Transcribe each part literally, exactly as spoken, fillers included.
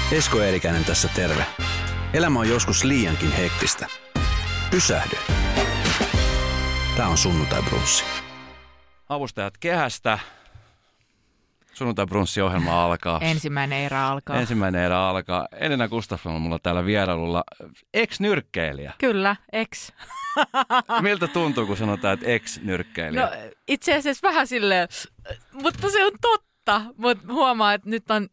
Esko Eerikäinen tässä terve. Elämä on joskus liiankin hektistä. Pysähdy. Tää on Sunnuntai Brunssi. Avustajat kehästä. Sunnuntai Brunssi-ohjelma alkaa. Ensimmäinen erä alkaa. Ensimmäinen erä alkaa. Elina Gustafsson on mulla täällä vierailulla. Ex-nyrkkeilijä. Kyllä, ex. Miltä tuntuu, kun sanotaan, että ex-nyrkkeilijä? No itse asiassa vähän silleen, mutta se on totta. Mutta huomaa, että nyt on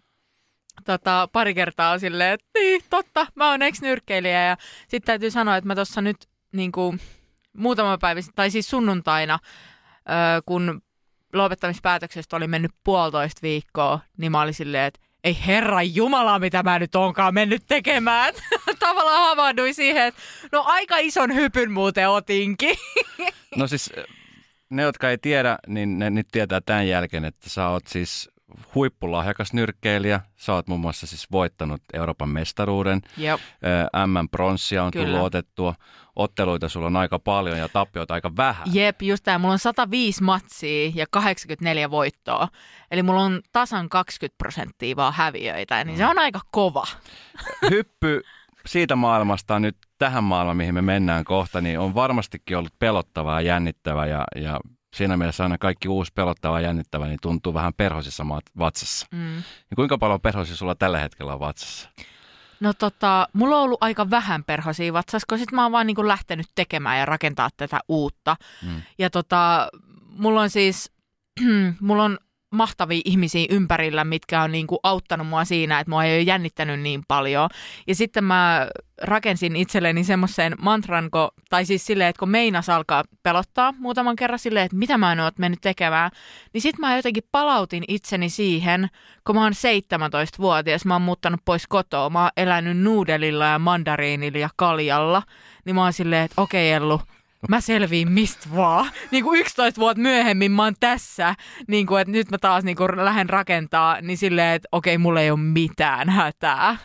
tota, pari kertaa on silleen, että niin, totta, mä oon ex-nyrkkeilijä. Ja sitten täytyy sanoa, että mä tuossa nyt niin kuin muutama päivä, tai siis sunnuntaina, öö, kun lopettamispäätöksestä oli mennyt puolitoista viikkoa, niin mä olin silleen, että ei herran jumala, mitä mä nyt oonkaan mennyt tekemään. Tavallaan havahduin siihen, että no aika ison hypyn muuten otinkin. No siis ne, jotka ei tiedä, niin ne nyt tietää tämän jälkeen, että sä oot siis huippulahjakas nyrkkeilijä. Sä oot muun muassa siis voittanut Euroopan mestaruuden. Jep. M M-pronssia on Kyllä. tullut otettua. Otteluita sulla on aika paljon ja tappioita aika vähän. Jep, just tämä. Mulla on sata viisi matsia ja kahdeksankymmentäneljä voittoa. Eli mulla on tasan kaksikymmentä prosenttia vaan häviöitä, niin se on aika kova. Hyppy siitä maailmasta nyt tähän maailmaan, mihin me mennään kohta, niin on varmastikin ollut pelottavaa ja jännittävää. Ja, ja siinä mielessä aina kaikki uusi pelottava ja jännittävä niin tuntuu vähän perhosissa vatsassa. Mm. Ja kuinka paljon perhosia sulla tällä hetkellä on vatsassa? No tota, mulla on ollut aika vähän perhosia vatsassa, kun sit mä oon vaan niinku lähtenyt tekemään ja rakentaa tätä uutta. Mm. Ja tota, mulla on siis, mulla on mahtavia ihmisiä ympärillä, mitkä on niinku auttanut mua siinä, että mua ei ole jännittänyt niin paljon. Ja sitten mä rakensin itselleni semmoisen mantran, kun, tai siis silleen, että kun meinas alkaa pelottaa muutaman kerran silleen, että mitä mä en ole mennyt tekemään, niin sitten mä jotenkin palautin itseni siihen, kun mä oon seitsemäntoistavuotias, mä oon muuttanut pois kotoa, mä oon elänyt nuudelilla ja mandariinilla ja kaljalla, niin mä oon silleen, että okei Ellu, mä selviin mistä vaan. Niin kuin yksitoista vuotta myöhemmin mä oon tässä, niin kuin, että nyt mä taas niin kuin lähden rakentaa, niin silleen, että okei, mulla ei ole mitään hätää.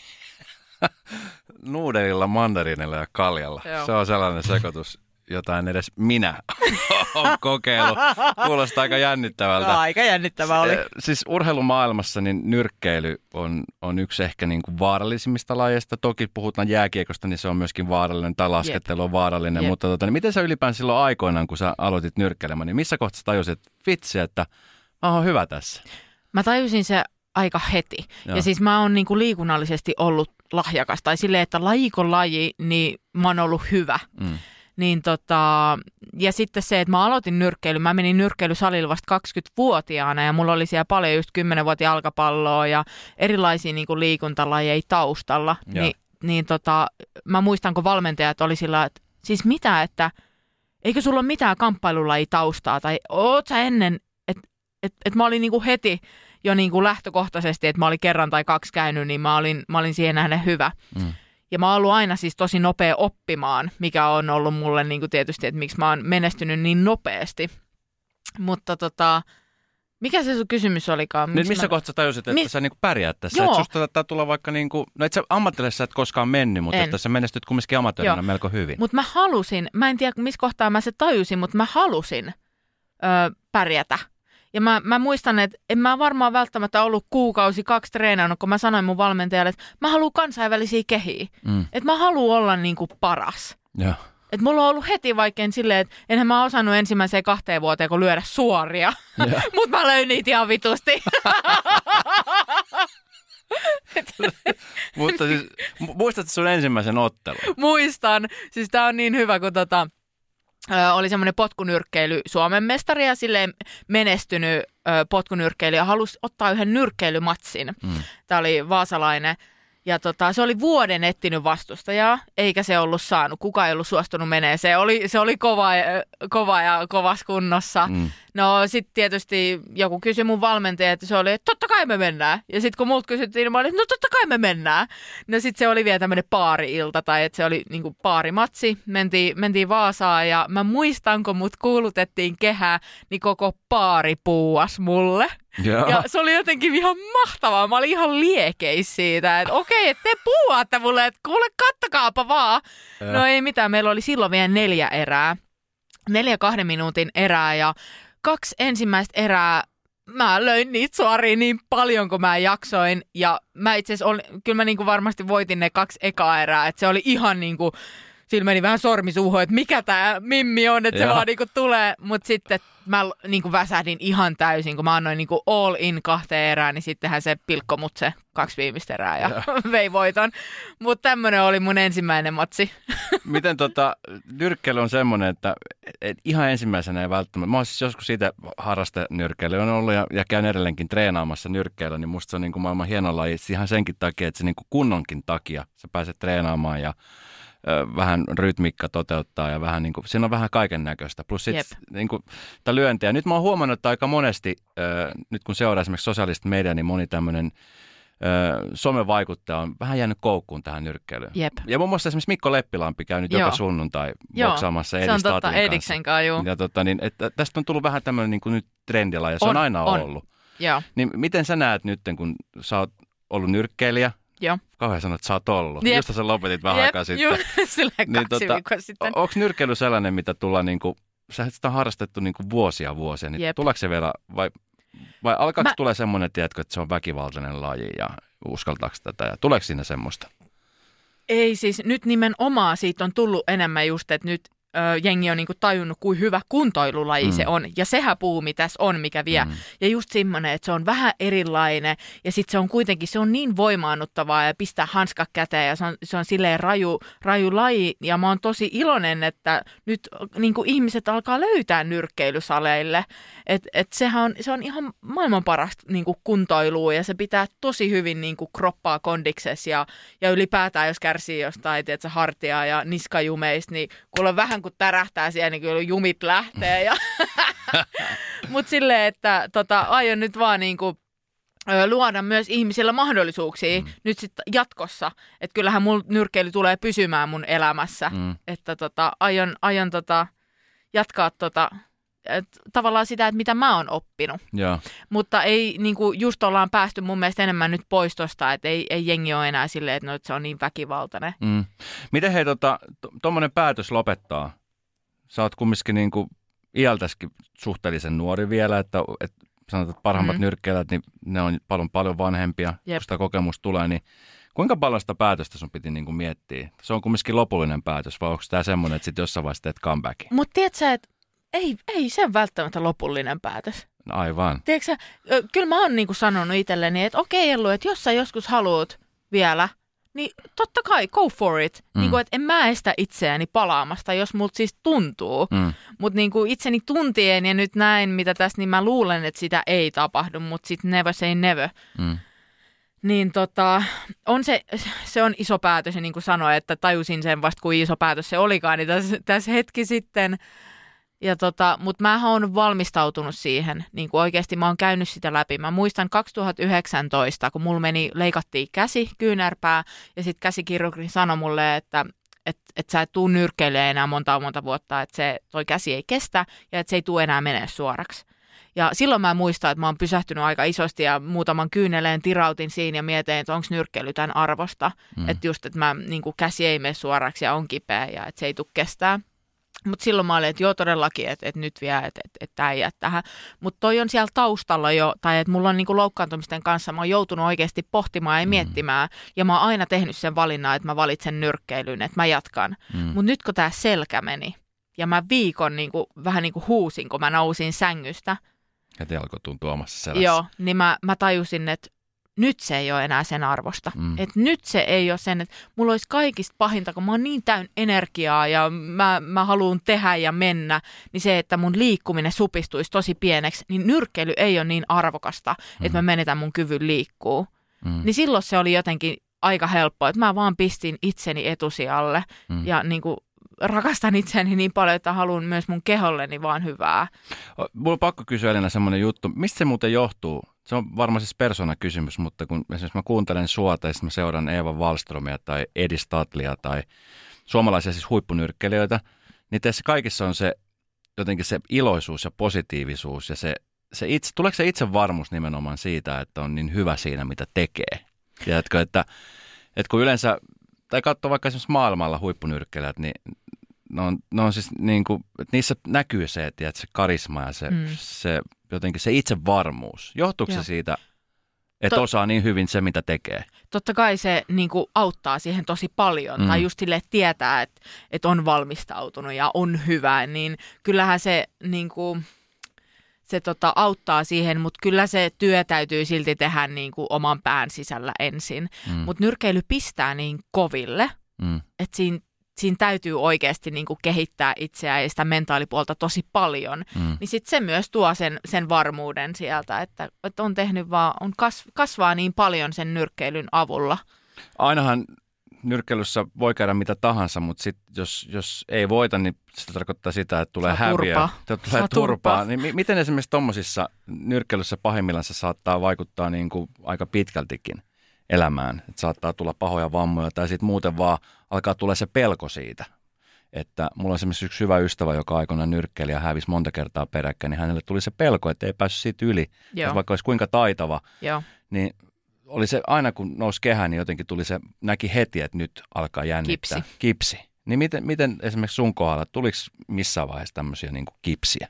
Nuudelilla, mandariinilla ja kaljalla. Joo. Se on sellainen sekoitus, jota en edes minä olen kokeillut. Kuulostaa aika jännittävältä. No, aika jännittävää oli. Siis urheilumaailmassa niin nyrkkeily on, on yksi ehkä niin kuin vaarallisimmista lajeista. Toki puhutaan jääkiekosta, niin se on myöskin vaarallinen, tai laskettelu on vaarallinen. Jep. Mutta tota, niin miten sä ylipäänsä silloin aikoinaan, kun sä aloitit nyrkkeilemään, niin missä kohtaa tajusit, että vitsi, että mä oon hyvä tässä? Mä tajusin se aika heti. Joo. Ja siis mä oon niinku liikunnallisesti ollut lahjakas, tai silleen, että lajiko laji, niin mä oon ollut hyvä. Mm. Niin tota, ja sitten se, että mä aloitin nyrkkeilyn, mä menin nyrkkeilysalille vasta kaksikymmentävuotiaana ja mulla oli siellä paljon just kymmenvuotiaan jalkapalloa ja erilaisia niin kuin liikuntalajeja taustalla. Ni, niin tota, mä muistan, kun valmentajat oli sillä, että siis mitä, että eikö sulla ole mitään kamppailulajia taustaa tai oot sä ennen, että et, et mä olin niin kuin heti jo niin kuin lähtökohtaisesti, että mä olin kerran tai kaksi käynyt, niin mä olin, mä olin siihen nähden hyvä. Mm. Ja mä oon ollut aina siis tosi nopea oppimaan, mikä on ollut mulle niin kuin tietysti, että miksi mä oon menestynyt niin nopeasti. Mutta tota, mikä se sun kysymys olikaan? Nyt missä mä... kohtaa tajusit, että Mi... sä niin kuin pärjäät tässä? Että susta täytyy tulla vaikka, niin kuin, no et sä ammattilaisessa et koskaan mennyt, mutta en. Että sä menestyt kumminkin amatöörinä Joo. melko hyvin. Mutta mä halusin, mä en tiedä missä kohtaa mä se tajusin, mutta mä halusin öö, pärjätä. Ja mä, mä muistan, että en mä varmaan välttämättä ollut kuukausi kaksi treenannut, kun mä sanoin mun valmentajalle, että mä haluan kansainvälisiä kehiä. Mm. Että mä haluan olla niinku paras. Ja. Että mulla on ollut heti vaikein silleen, että enhän mä osannut ensimmäiseen kahteen vuoteen, kun lyödä suoria. Mutta mä löin niitä ihan vitusti. Mutta siis, muistatko sun ensimmäisen ottelun? Muistan. Siis tää on niin hyvä, kun tota... Ö, oli semmoinen potkunyrkkeily Suomen mestari ja silleen menestynyt ö, potkunyrkkeilijä halusi ottaa yhden nyrkkeilymatsin. Mm. Tämä oli vaasalainen. Ja tota, se oli vuoden etsinyt vastustajaa, eikä se ollut saanut. Kukaan ei ollut suostunut menee. Se oli, se oli kova, kova ja kovassa kunnossa. Mm. No sitten tietysti joku kysyi mun valmentaja, että se oli, että totta kai me mennään. Ja sitten kun multa kysyttiin, niin mä olin, no totta kai me mennään. No sitten se oli vielä tämmöinen paari-ilta, tai että se oli niinku paarimatsi. Mentiin, mentiin Vaasaan ja mä muistan, kun mut kuulutettiin kehää, niin koko paari puuas mulle. Ja. ja se oli jotenkin ihan mahtavaa. Mä olin ihan liekeis siitä, että okei, että te puuaatte mulle, että kuule kattakaapa vaan. Ja. No ei mitään, meillä oli silloin vielä neljä erää. Neljä kahden minuutin erää ja kaksi ensimmäistä erää mä löin niitä suoria niin paljon, kun mä jaksoin. Ja mä itse asiassa, kyllä mä niinku varmasti voitin ne kaksi ekaa erää. Että se oli ihan niinku, sillä meni vähän sormi suuhun, että mikä tää Mimmi on, että se vaan niinku tulee. Mutta sitten mä niinku väsähdin ihan täysin, kun mä annoin niinku all in kahteen erään, niin sittenhän se pilkko mut se kaksi viimeistä erää ja, ja. vei voiton. Mutta tämmönen oli mun ensimmäinen matsi. Miten tota, nyrkkeily on semmoinen, että et ihan ensimmäisenä ei välttämättä. Mä oon siis joskus siitä harrastenyrkkeily on ollut ja, ja käyn edelleenkin treenaamassa nyrkkeilyä, niin musta se on niinku maailman hieno laji. Ihan senkin takia, että se niinku kunnonkin takia sä pääset treenaamaan ja vähän rytmiikka toteuttaa ja vähän niin kuin, siinä on vähän kaiken näköistä. Plus sitten niin kuin, tämä lyöntiä. Nyt mä oon huomannut, että aika monesti, äh, nyt kun seuraa esimerkiksi sosiaalista mediaa, niin moni tämmöinen äh, somevaikuttaja on vähän jäänyt koukkuun tähän nyrkkeilyyn. Jep. Ja muun muassa esimerkiksi Mikko Leppilampi käy nyt Joo. joka sunnuntai boksaamassa Edi Statlin kanssa. Se on totta, Ediksen kanssa, juu. Ja tota, niin, että tästä on tullut vähän tämmöinen niin kuin nyt trendila ja se on, on aina on. ollut. Joo. Niin miten sä näet nyt, kun sä oot ollut nyrkkeilijä, Joo. kauhean sanoa, että sä oot ollut. Jep. Josta sä lopetit vähän Jep. aikaa sitten. Juu, silleen niin, kaksi tota, viikkoa sitten. Onko nyrkkeily sellainen, mitä tullaan, niin kuin, sä sitä on harrastettu niin kuin vuosia vuosia, niin Jep. tuleeko se vielä, vai, vai alkaako Mä... tulee semmoinen, tiedätkö, että se on väkivaltainen laji ja uskaltaako tätä, ja tuleeko siinä semmoista? Ei siis, nyt nimenomaan siitä on tullut enemmän just, että nyt ö, jengi on niinku tajunnut, kuin hyvä kuntoilulaji mm. se on. Ja sehän puumi tässä on, mikä vie. Mm. Ja just semmoinen, että se on vähän erilainen ja sitten se on kuitenkin, se on niin voimaannuttavaa ja pistää hanskat käteen ja se on, se on silleen raju, raju laji. Ja mä oon tosi iloinen, että nyt niinku ihmiset alkaa löytää nyrkkeilysaleille. Että et sehän on, se on ihan maailman parasta niinku kuntoilua ja se pitää tosi hyvin niinku kroppaa kondiksessa ja, ja ylipäätään, jos kärsii jostain, tiedätkö, hartia ja niskajumeista, niin kuule vähän kun tärähtää siellä, niin kyllä jumit lähtee. Ja mutta silleen, että tota, aion nyt vaan niinku, ö, luoda myös ihmisillä mahdollisuuksia mm. nyt sitten jatkossa. Että kyllähän mun nyrkkeily tulee pysymään mun elämässä. Mm. Että tota, aion, aion tota, jatkaa tota, et, tavallaan sitä, että mitä mä oon oppinut. Ja. Mutta ei, niinku, just ollaan päästy mun mielestä enemmän nyt pois tosta, että ei, ei jengi ole enää silleen, että, no, että se on niin väkivaltainen. Mm. Miten hei, tota, tuommoinen päätös lopettaa? Sä oot kumminkin niinku iältäskin suhteellisen nuori vielä, että, että sanotaan, että parhaimmat mm. nyrkkeilijät, niin ne on paljon, paljon vanhempia, Jep. kun sitä kokemusta tulee, niin kuinka paljon sitä päätöstä sun piti niinku miettiä? Se on kumminkin lopullinen päätös, vai onko tämä semmoinen, että sitten jossain vaiheessa teet comebackin? Mutta tiedätkö, että ei, ei se välttämättä lopullinen päätös. No aivan. Tiedätkö, kyllä mä oon niinku sanonut itselleni, että okei Ellu, että jos sä joskus haluat vielä, niin totta kai, go for it. Mm. Niin kuin, että en mä estä itseäni palaamasta, jos multa siis tuntuu. Mm. Mutta niin kuin itseni tuntien ja nyt näin, mitä tässä, niin mä luulen, että sitä ei tapahdu, mutta sitten never say never. Mm. Niin tota, on se, se on iso päätös ja niin kuin sanoin, että tajusin sen vasta, kuin iso päätös se olikaan, niin tässä, tässä hetki sitten. Ja tota, mutta mä oon valmistautunut siihen, niin kuin oikeasti mä oon käynyt sitä läpi. Mä muistan kaksituhattayhdeksäntoista, kun mulla meni, leikattiin käsi, kyynärpää, ja sitten käsikirurgi sanoi mulle, että et, et sä et tuu nyrkkeilemään enää monta monta vuotta, että se, toi käsi ei kestä, ja että se ei tule enää menee suoraksi. Ja silloin mä muistan, että mä oon pysähtynyt aika isosti, ja muutaman kyyneleen tirautin siinä, ja mietin, että onko nyrkkeily tämän arvosta. Mm. Että just, että mä, niin kuin käsi ei mene suoraksi, ja on kipeä, ja että se ei tule kestää. Mutta silloin mä olin, että joo todellakin, että, että nyt vielä, että, että, että tämä ei jää tähän. Mutta toi on siellä taustalla jo, tai että mulla on niinku loukkaantumisten kanssa, mä oon joutunut oikeasti pohtimaan ja miettimään. Ja mä oon aina tehnyt sen valinnan, että mä valitsen nyrkkeilyn, että mä jatkan. Mm. Mutta nyt kun tää selkä meni, ja mä viikon niinku, vähän niin kuin huusin, kun mä nousin sängystä. Ja te alkoi tuntua omassa selässä. Joo, niin mä, mä tajusin, että nyt se ei ole enää sen arvosta. Mm. Että nyt se ei ole sen, että mulla olisi kaikista pahinta, kun mä oon niin täynnä energiaa ja mä, mä haluan tehdä ja mennä, niin se, että mun liikkuminen supistuisi tosi pieneksi, niin nyrkkeily ei ole niin arvokasta, mm. että mä menetän mun kyvyn liikkuu. Mm. Niin silloin se oli jotenkin aika helppoa, että mä vaan pistin itseni etusijalle mm. ja niin kuin rakastan itseäni niin paljon, että haluan myös mun keholleni vaan hyvää. Mulla on pakko kysyä Elina semmoinen juttu. Mistä se muuten johtuu? Se on varmaan siis persoonakysymys, mutta kun esimerkiksi mä kuuntelen sua tai sitten mä seuraan Eeva Wallströmiä tai Edi Statlia tai suomalaisia siis huippunyrkkeilijöitä, niin tässä kaikissa on se jotenkin se iloisuus ja positiivisuus ja se, se itse, tuleeko se itsevarmuus nimenomaan siitä, että on niin hyvä siinä, mitä tekee? Tiedätkö, että, että kun yleensä, tai katsoo vaikka esimerkiksi maailmalla huippunyrkkeilijät, niin ne on, ne on siis niin kuin, että niissä näkyy se, että se karisma ja se, mm. se jotenkin se itsevarmuus. Johtuuko se siitä, että to- osaa niin hyvin se, mitä tekee? Totta kai se niin kuin, auttaa siihen tosi paljon. Mm. Tai just silleen, että tietää, että, että on valmistautunut ja on hyvä. Niin kyllähän se, niin kuin, se tota, auttaa siihen, mutta kyllä se työ täytyy silti tehdä niin kuin, oman pään sisällä ensin. Mm. Mutta nyrkkeily pistää niin koville, mm. että siinä siinä täytyy oikeasti niin kuin kehittää itseään ja sitä mentaalipuolta tosi paljon, mm. niin sitten se myös tuo sen, sen varmuuden sieltä, että, että on tehnyt vaan, on kas, kasvaa niin paljon sen nyrkkeilyn avulla. Ainahan nyrkkeilyssä voi käydä mitä tahansa, mutta sit jos, jos ei voita, niin se tarkoittaa sitä, että tulee häviö, tulee turpaa. turpaa. Niin m- miten esimerkiksi tuommoisissa nyrkkeilyssä pahimmillaan se saattaa vaikuttaa niin kuin aika pitkältikin elämään, että saattaa tulla pahoja vammoja tai sitten muuten vaan alkaa tulla se pelko siitä, että mulla on esimerkiksi yksi hyvä ystävä, joka aikoinaan nyrkkeili ja hävisi monta kertaa peräkkäin, niin hänelle tuli se pelko, että ei päässyt siitä yli, että vaikka olisi kuinka taitava, Joo. niin oli se aina kun nousi kehään, niin jotenkin tuli se, näki heti, että nyt alkaa jännittää. Kipsi. Kipsi. Niin miten, miten esimerkiksi sun kohdalla, tuliko missään vaiheessa tämmöisiä niin kuin kipsiä?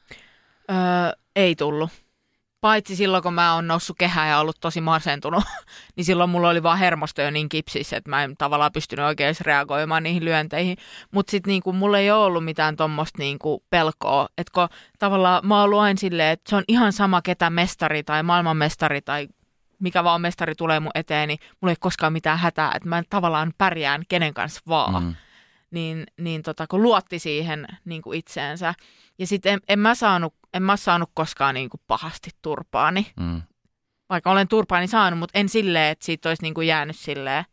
Öö, ei tullut. Paitsi silloin, kun mä oon noussut kehään ja ollut tosi masentunut, niin silloin mulla oli vaan hermosto jo niin kipsissä, että mä en tavallaan pystynyt oikein reagoimaan niihin lyönteihin. Mutta sitten niinku, mulla ei ole ollut mitään tuommoista niinku pelkoa, että kun tavallaan mä oon ollut aina silleen, että se on ihan sama ketä mestari tai maailmanmestari tai mikä vaan mestari tulee mun eteen, niin mulla ei koskaan mitään hätää, että mä tavallaan pärjään kenen kanssa vaan. Mm. Niin, niin tota, kun luotti siihen niin kuin itseensä. Ja sitten en, en mä saanut, en mä saanut koskaan niin kuin pahasti turpaani. Mm. Vaikka olen turpaani saanut, mutta en silleen, että siitä olisi niin kuin jäänyt silleen.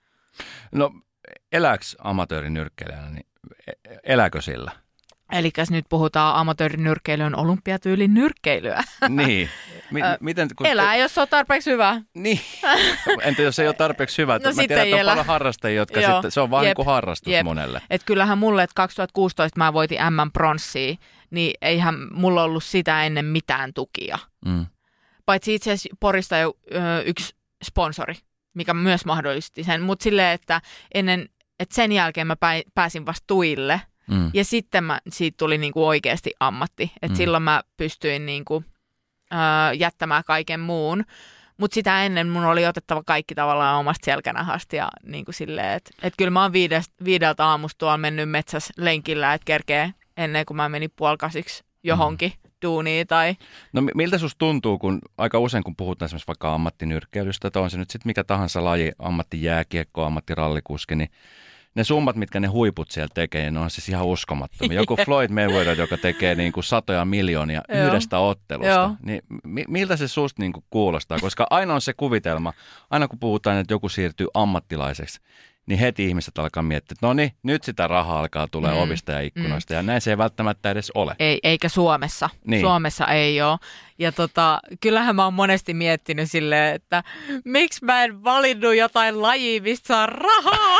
No elääkö amatöörinyrkkeilijänä, niin elääkö sillä? Eli nyt puhutaan amatöörinyrkkeilyn olympiatyylin nyrkkeilyä. Niin. Mi- miten, kun elää, jos on tarpeeksi hyvä. Niin. Entä jos ei ole tarpeeksi hyvä? No mä tiedän, että on paljon harrastajia, jotka Joo. sitten, se on vaan Jep. niin kuin harrastus Jep. monelle. Et kyllähän mulle, että kaksituhattakuusitoista mä voitin M M-pronssia, niin eihän mulla ollut sitä ennen mitään tukia. Mm. Paitsi itse asiassa Porista jo ö, yksi sponsori, mikä myös mahdollisti sen. Mutta silleen, että, ennen, että sen jälkeen mä pääsin vasta tuille. Mm. Ja sitten mä, siitä tuli niinku oikeasti ammatti. Että mm. silloin mä pystyin niinku, ö, jättämään kaiken muun. Mutta sitä ennen mun oli otettava kaikki tavallaan omasta selkänahasta. Ja niinku silleen, että et kyllä mä oon viides, viideltä aamusta tuolla mennyt metsässä lenkillä, että kerkee ennen kuin mä menin puolikasiksi johonkin mm. duuniin. Tai... No miltä susta tuntuu, kun aika usein kun puhutaan esimerkiksi vaikka ammattinyrkkeilystä, että on se nyt sitten mikä tahansa laji, ammattijääkiekko, ammattirallikuski, niin ne summat, mitkä ne huiput siellä tekee, ne on siis ihan uskomattomia. Joku Floyd Mayweather, joka tekee niin kuin satoja miljoonia yhdestä ottelusta. Joo. Niin mi- miltä se susta niin kuin kuulostaa? Koska aina on se kuvitelma, aina kun puhutaan, että joku siirtyy ammattilaiseksi, niin heti ihmiset alkaa miettiä, että no niin, nyt sitä rahaa alkaa tulee mm. ovista ja ikkunoista. Mm. Ja näin se ei välttämättä edes ole. Ei, eikä Suomessa. Niin. Suomessa ei ole. Ja tota, kyllähän mä oon monesti miettinyt silleen, että miksi mä en valinnut jotain lajia, mistä saa rahaa?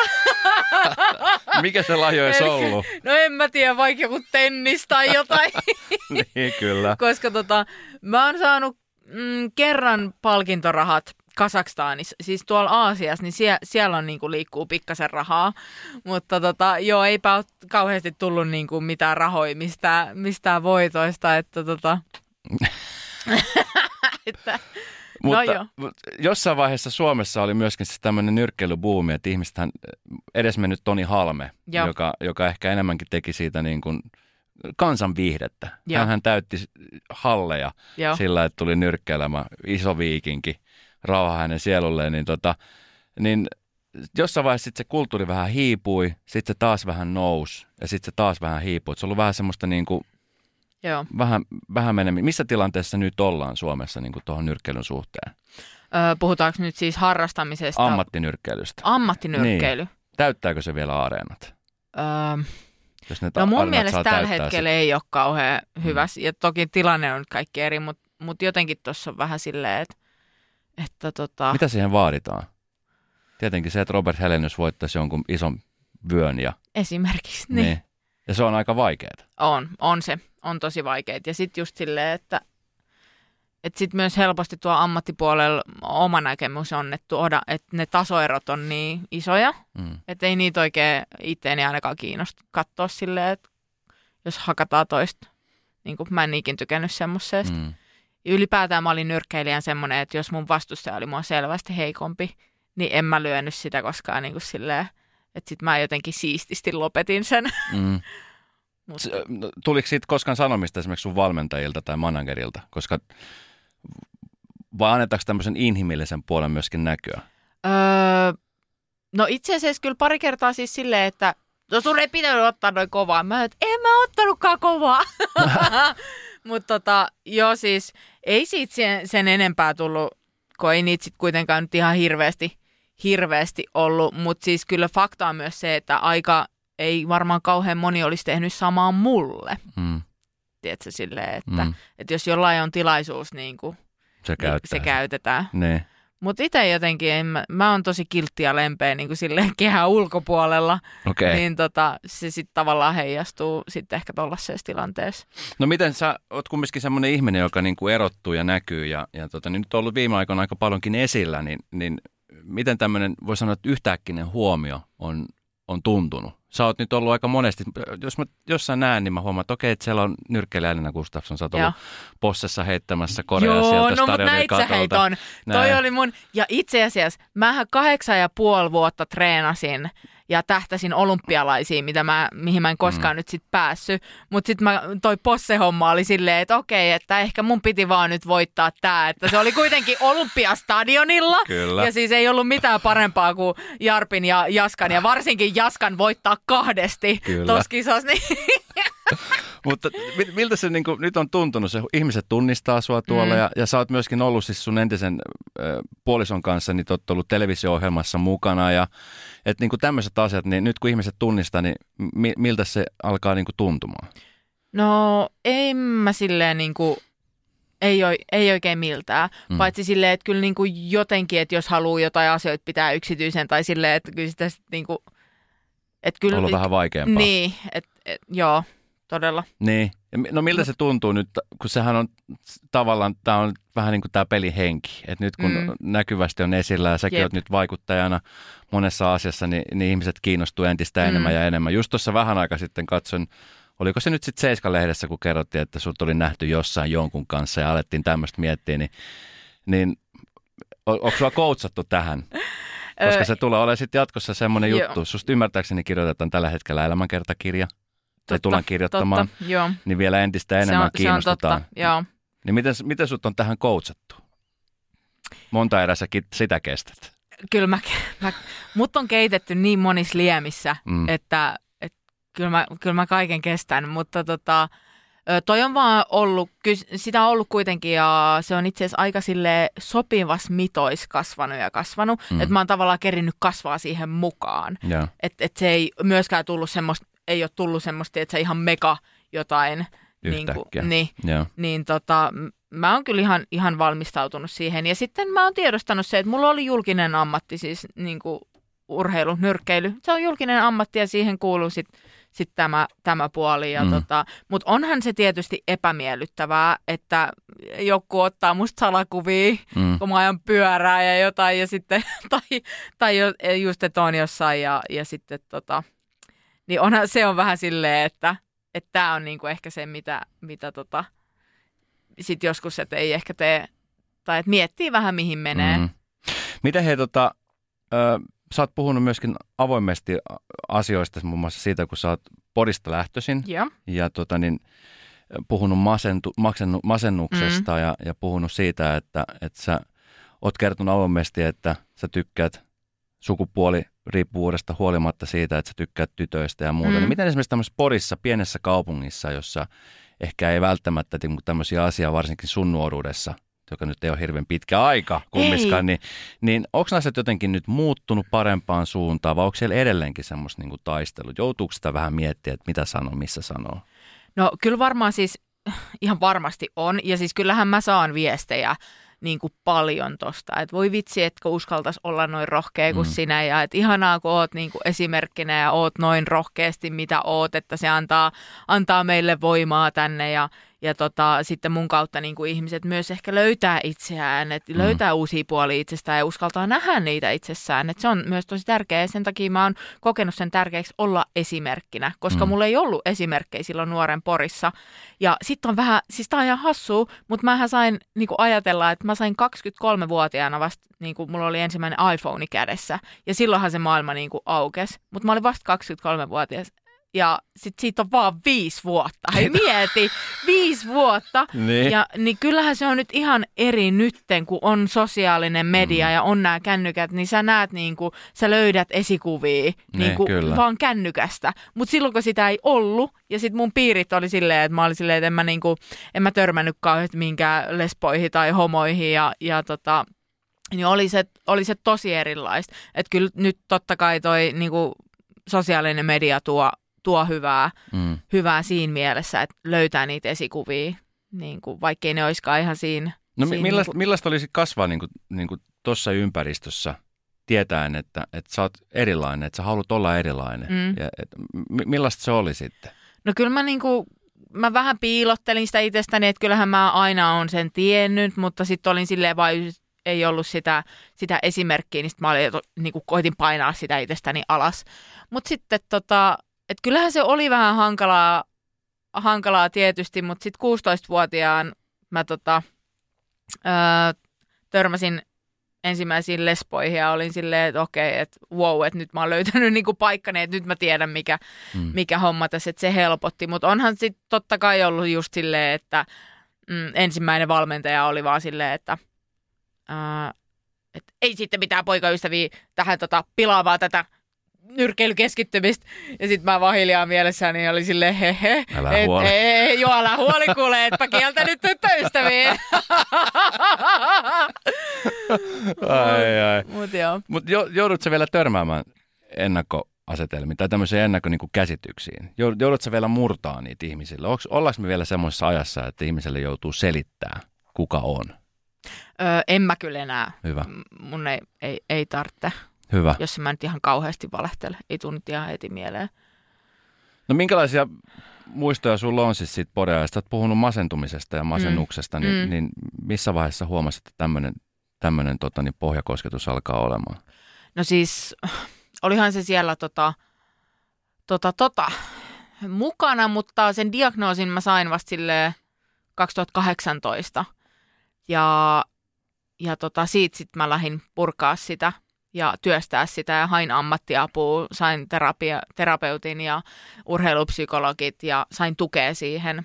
Mikä se laji olisi ollut? No en mä tiedä, vaikka joku tennis tai jotain. Niin, kyllä. Koska tota, mä oon saanut mm, kerran palkintorahat Kazakstanissa, siis tuolla Aasiassa, niin sie, siellä on niinku liikkuu pikkasen rahaa, mutta tota, joo, eipä ole kauheasti tullut niinku mitään rahoja mistään, mistään voitoista, että tota... että, mutta, no joo. mutta jossain vaiheessa Suomessa oli myöskin siis tämmöinen nyrkkeilybuumi, että ihmisethän edesmennyt Toni Halme, joka, joka ehkä enemmänkin teki siitä niin kuin kansan viihdettä. Hänhän täytti halleja Joo. sillä, että tuli nyrkkeilemä, iso viikinki, rauha hänen sielulleen, niin, tota, niin jossain vaiheessa sitten se kulttuuri vähän hiipui, sitten se taas vähän nousi ja sitten se taas vähän hiipui. Se on ollut vähän semmoista niin kuin, Joo. vähän, vähän menemmin. Missä tilanteessa nyt ollaan Suomessa niin kuin tuohon nyrkkeilyn suhteen? Öö, puhutaanko nyt siis harrastamisesta? Ammattinyrkkeilystä. Ammattinyrkkeily. Niin. Täyttääkö se vielä areenat? Öö, Jos ne no mun mielestä tällä hetkellä sit. ei ole kauhean hyvä. Mm. Ja toki tilanne on kaikki eri, mutta mut jotenkin tuossa on vähän silleen, että Että tota... Mitä siihen vaaditaan? Tietenkin se, että Robert Helenius voittaisi jonkun ison vyön. Ja... Esimerkiksi, niin. niin. Ja se on aika vaikeaa. On, on se. On tosi vaikeaa. Ja sitten just silleen, että että sitten myös helposti tuo ammattipuolella oma näkemys on, että, tuoda, että ne tasoerot on niin isoja, mm. että ei niitä oikein itseäni ainakaan kiinnosta katsoa silleen, että jos hakataan toista. Niin kuin mä en ikin tykännyt semmoisesta. Mm. Ylipäätään mä olin nyrkkeilijän semmoinen, että jos mun vastustaja oli mua selvästi heikompi, niin en mä lyönyt sitä koskaan niin kuin silleen, että sit mä jotenkin siististi lopetin sen. Mm. Mutta... Tuliko siitä koskaan sanomista esimerkiksi sun valmentajilta tai managerilta? Koska vai annetaanko tämmöisen inhimillisen puolen myöskin näkyä? Öö, no itse asiassa kyllä pari kertaa siis silleen, että no sun ei pitänyt ottaa noin kovaa. Mä että en mä ottanutkaan kovaa. Mutta tota, joo siis ei siitä sen, sen enempää tullut, kun ei niitä sitten kuitenkaan nyt ihan hirveästi, hirveästi ollut. Mutta siis kyllä fakta on myös se, että aika ei varmaan kauhean moni olisi tehnyt samaa mulle. Mm. Tiedätkö silleen, että, mm. että jos jollain on tilaisuus, niin kuin, se, niin se käytetään. Ne. Mutta itse jotenkin, en, mä, mä oon tosi kiltti ja lempeä niin kuin silleen kehän ulkopuolella, okay. niin tota, se sitten tavallaan heijastuu sitten ehkä tuollaisessa tilanteessa. No miten sä oot kumminkin semmoinen ihminen, joka niin kuin erottuu ja näkyy ja, ja tota, niin nyt on ollut viime aikoina aika paljonkin esillä, niin, niin miten tämmöinen, voi sanoa, että yhtäkkinen huomio on, on tuntunut? Sä oot nyt ollut aika monesti, jos mä jossain näen, niin mä huomaan, että okei, että siellä on nyrkkeilijä Elina Gustafsson, sä oot ollut Possessa heittämässä Korea Joo, sieltä no, stadionin katolta. Joo, no mutta toi oli mun, ja itse asiassa mähän kahdeksan ja puoli vuotta treenasin ja tähtäsin olympialaisiin, mitä mä, mihin mä en koskaan mm. nyt sit päässyt. Mutta sitten toi Posse-homma oli silleen, että okei, että ehkä mun piti vaan nyt voittaa tää. Että se oli kuitenkin Olympiastadionilla. Kyllä. Ja siis ei ollut mitään parempaa kuin Jarpin ja Jaskan. Ja varsinkin Jaskan voittaa kahdesti tuossa kisassa. Niin. Mutta miltä se niin kuin, nyt on tuntunut? Se, ihmiset tunnistaa sua tuolla mm. ja, ja sä oot myöskin ollut siis sun entisen äh, puolison kanssa, niin oot ollut televisio-ohjelmassa mukana ja että niin kuin tämmöiset asiat, niin nyt kun ihmiset tunnistaa, niin mi, miltä se alkaa niin kuin tuntumaan? No en mä silleen niin kuin, ei, ei oikein miltään, mm. paitsi silleen, että kyllä niin kuin jotenkin, että jos haluaa jotain asioita pitää yksityisen tai silleen, että kyllä sitä sitten niin kuin, että kyllä... Ollut vähän vaikeampaa. Niin, että et, joo. Todella. Niin. No miltä se tuntuu nyt, kun sehän on tavallaan, tämä on vähän niin kuin tämä pelihenki, että nyt kun mm. näkyvästi on esillä ja säkin Jep. oot nyt vaikuttajana monessa asiassa, niin, niin ihmiset kiinnostuu entistä enemmän mm. ja enemmän. Just tuossa vähän aika sitten katsoin, oliko se nyt sitten Seiska-lehdessä, kun kerrottiin, että sut oli nähty jossain jonkun kanssa ja alettiin tämmöistä miettiä, niin, niin on, onko sulla koutsattu tähän? Koska se tulee olemaan sitten jatkossa semmoinen juttu. Susta ymmärtääkseni kirjoitetaan tällä hetkellä elämänkertakirja. Tai tullaan kirjoittamaan, totta, joo. niin vielä entistä enemmän se on, kiinnostutaan. Se on totta, joo. Niin miten, miten sut on tähän coachattu? Monta erää sä sitä kestät? Kyllä mä, mä, mut on keitetty niin monissa liemissä, mm. että, että kyllä, mä, kyllä mä kaiken kestän, mutta tota, toi on vaan ollut, sitä on ollut kuitenkin ja se on itse asiassa aika sille sopivas mitois kasvanut ja kasvanut, mm. että mä oon tavallaan kerinnyt kasvaa siihen mukaan. Että et se ei myöskään tullut semmoista, ei ole tullut semmoista, että se ihan mega jotain, niin, kuin, niin, niin tota, mä oon kyllä ihan, ihan valmistautunut siihen. Ja sitten mä oon tiedostanut se, että mulla oli julkinen ammatti, siis niin kuin urheilu, nyrkkeily. Se on julkinen ammatti ja siihen kuuluu sitten sit tämä, tämä puoli. Ja mm. tota, mutta onhan se tietysti epämiellyttävää, että joku ottaa musta salakuvia, mm. kun mä ajan pyörää ja jotain, ja sitten, tai, tai just, että on jossain, ja, ja sitten tota, niin onhan, se on vähän silleen, että että tämä on niinku ehkä se, mitä, mitä tota, sit joskus, että ei ehkä tee, tai että miettii vähän, mihin menee. Mm. Miten hei, tota, ö, sä oot puhunut myöskin avoimesti asioista, muun muassa siitä, kun sä oot Porista lähtöisin. Ja, ja tota, niin, puhunut masentu, masennu, masennuksesta mm. ja, ja puhunut siitä, että, että sä oot kertonut avoimesti, että sä tykkäät sukupuoli riippuvuudesta huolimatta siitä, että sä tykkäät tytöistä ja muuta. Mm. Niin miten esimerkiksi tämmöisessä Porissa, pienessä kaupungissa, jossa ehkä ei välttämättä tämmöisiä asiaa, varsinkin sun nuoruudessa, joka nyt ei ole hirveän pitkä aika kummiskaan, niin, niin onko asiat jotenkin nyt muuttunut parempaan suuntaan, vai onko siellä edelleenkin semmoista niin kuin taistelut? Joutuuko sitä vähän miettiä, että mitä sanoo, missä sanoo? No kyllä varmaan siis, ihan varmasti on, ja siis kyllähän mä saan viestejä niin kuin paljon tosta, että voi vitsi, etkö uskaltaisi olla noin rohkea kuin mm. sinä, ja että ihanaa, kun oot niin kuin esimerkkinä ja oot noin rohkeasti, mitä oot, että se antaa, antaa meille voimaa tänne, ja, ja tota, sitten mun kautta niin kuin ihmiset myös ehkä löytää itseään, että löytää mm. uusia puolia itsestään ja uskaltaa nähdä niitä itsessään. Että se on myös tosi tärkeää ja sen takia mä oon kokenut sen tärkeäksi olla esimerkkinä, koska mm. mulla ei ollut esimerkkejä silloin nuoren Porissa. Ja sitten on vähän, siis tää on ihan hassua, mutta mähän sain niin kuin ajatella, että mä sain kaksikymmentäkolmevuotiaana vasta, niin kuin mulla oli ensimmäinen iPhone kädessä ja silloinhan se maailma niin kuin aukesi, mutta mä olin vasta kaksikymmentäkolmevuotias. Ja sit siitä on vaan viisi vuotta. Hei mieti, viisi vuotta. Niin. Ja niin kyllähän se on nyt ihan eri nytten, kun on sosiaalinen media mm. ja on nämä kännykät, niin sä näet niin kuin, sä löydät esikuvia niin kuin vaan kännykästä. Mutta silloin kun sitä ei ollut, ja sit mun piirit oli silleen, että mä olin silleen, että en mä, niin kuin, en mä törmännyt kauheasti minkään lesboihin tai homoihin ja, ja tota, niin oli se, oli se tosi erilaista. Että kyllä nyt totta kai toi niin kuin sosiaalinen media tuo tuo hyvää, mm. hyvää siinä mielessä, että löytää niitä esikuvia, niin kuin, vaikkei ne olisikaan ihan siinä. No siinä millaista, niin kuin... millaista olisi kasvaa niin kuin, niin kuin tuossa ympäristössä, tietäen, että, että sä oot erilainen, että sä haluat olla erilainen. Mm. Ja, et, millaista se oli sitten? No kyllä mä, niin kuin, mä vähän piilottelin sitä itsestäni, että kyllähän mä aina on sen tiennyt, mutta sitten olin silleen vain, ei ollut sitä, sitä esimerkkiä, niin sitten mä olin, niin kuin, koitin painaa sitä itsestäni alas. Mutta sitten tota... Että kyllähän se oli vähän hankalaa, hankalaa tietysti, mutta sitten kuusitoistavuotiaan mä tota, öö, törmäsin ensimmäisiin lesboihin ja olin silleen, että okei, että wow, että nyt mä oon löytänyt niinku paikkani, että nyt mä tiedän mikä, mm. mikä homma tässä, että se helpotti. Mutta onhan sitten totta kai ollut just silleen, että mm, ensimmäinen valmentaja oli vaan silleen, että öö, et ei sitten mitään poikaystäviä tähän tota, pilaavaa tätä nyrkkeilykeskittymistä. Ja sit mä vaan hiljaa mielessäni oli silleen hehe. Älä et, huoli. Ei, joo, älä huoli kuule, etpä kieltänyt tyttöystäviä. ai ai. Mut joo. Mut joudut sä vielä törmäämään ennakkoasetelmiin tai tämmöisiin ennakkokäsityksiin? Joudut sä vielä murtaa niitä ihmisille? Onks, ollaanko me vielä semmoisessa ajassa, että ihmiselle joutuu selittää, kuka on? Öö, en mä kyllä enää. Hyvä. Mun ei, ei, ei tarvitse. Hyvä. Jos mä nyt ihan kauheasti valehtele. Ei tule nyt ihan heti mieleen. No minkälaisia muistoja sulla on siis siitä Podeajasta? Olet puhunut masentumisesta ja masennuksesta, mm. Niin, mm. niin missä vaiheessa huomasit, että tämmöinen, tämmöinen tota, niin pohjakosketus alkaa olemaan? No siis, olihan se siellä tota, tota, tota, mukana, mutta sen diagnoosin mä sain vasta silleen kaksituhattakahdeksantoista. Ja, ja tota, siitä sitten mä lähdin purkaa sitä ja työstää sitä ja hain ammattiapua, sain terapia, terapeutin ja urheilupsykologit ja sain tukea siihen.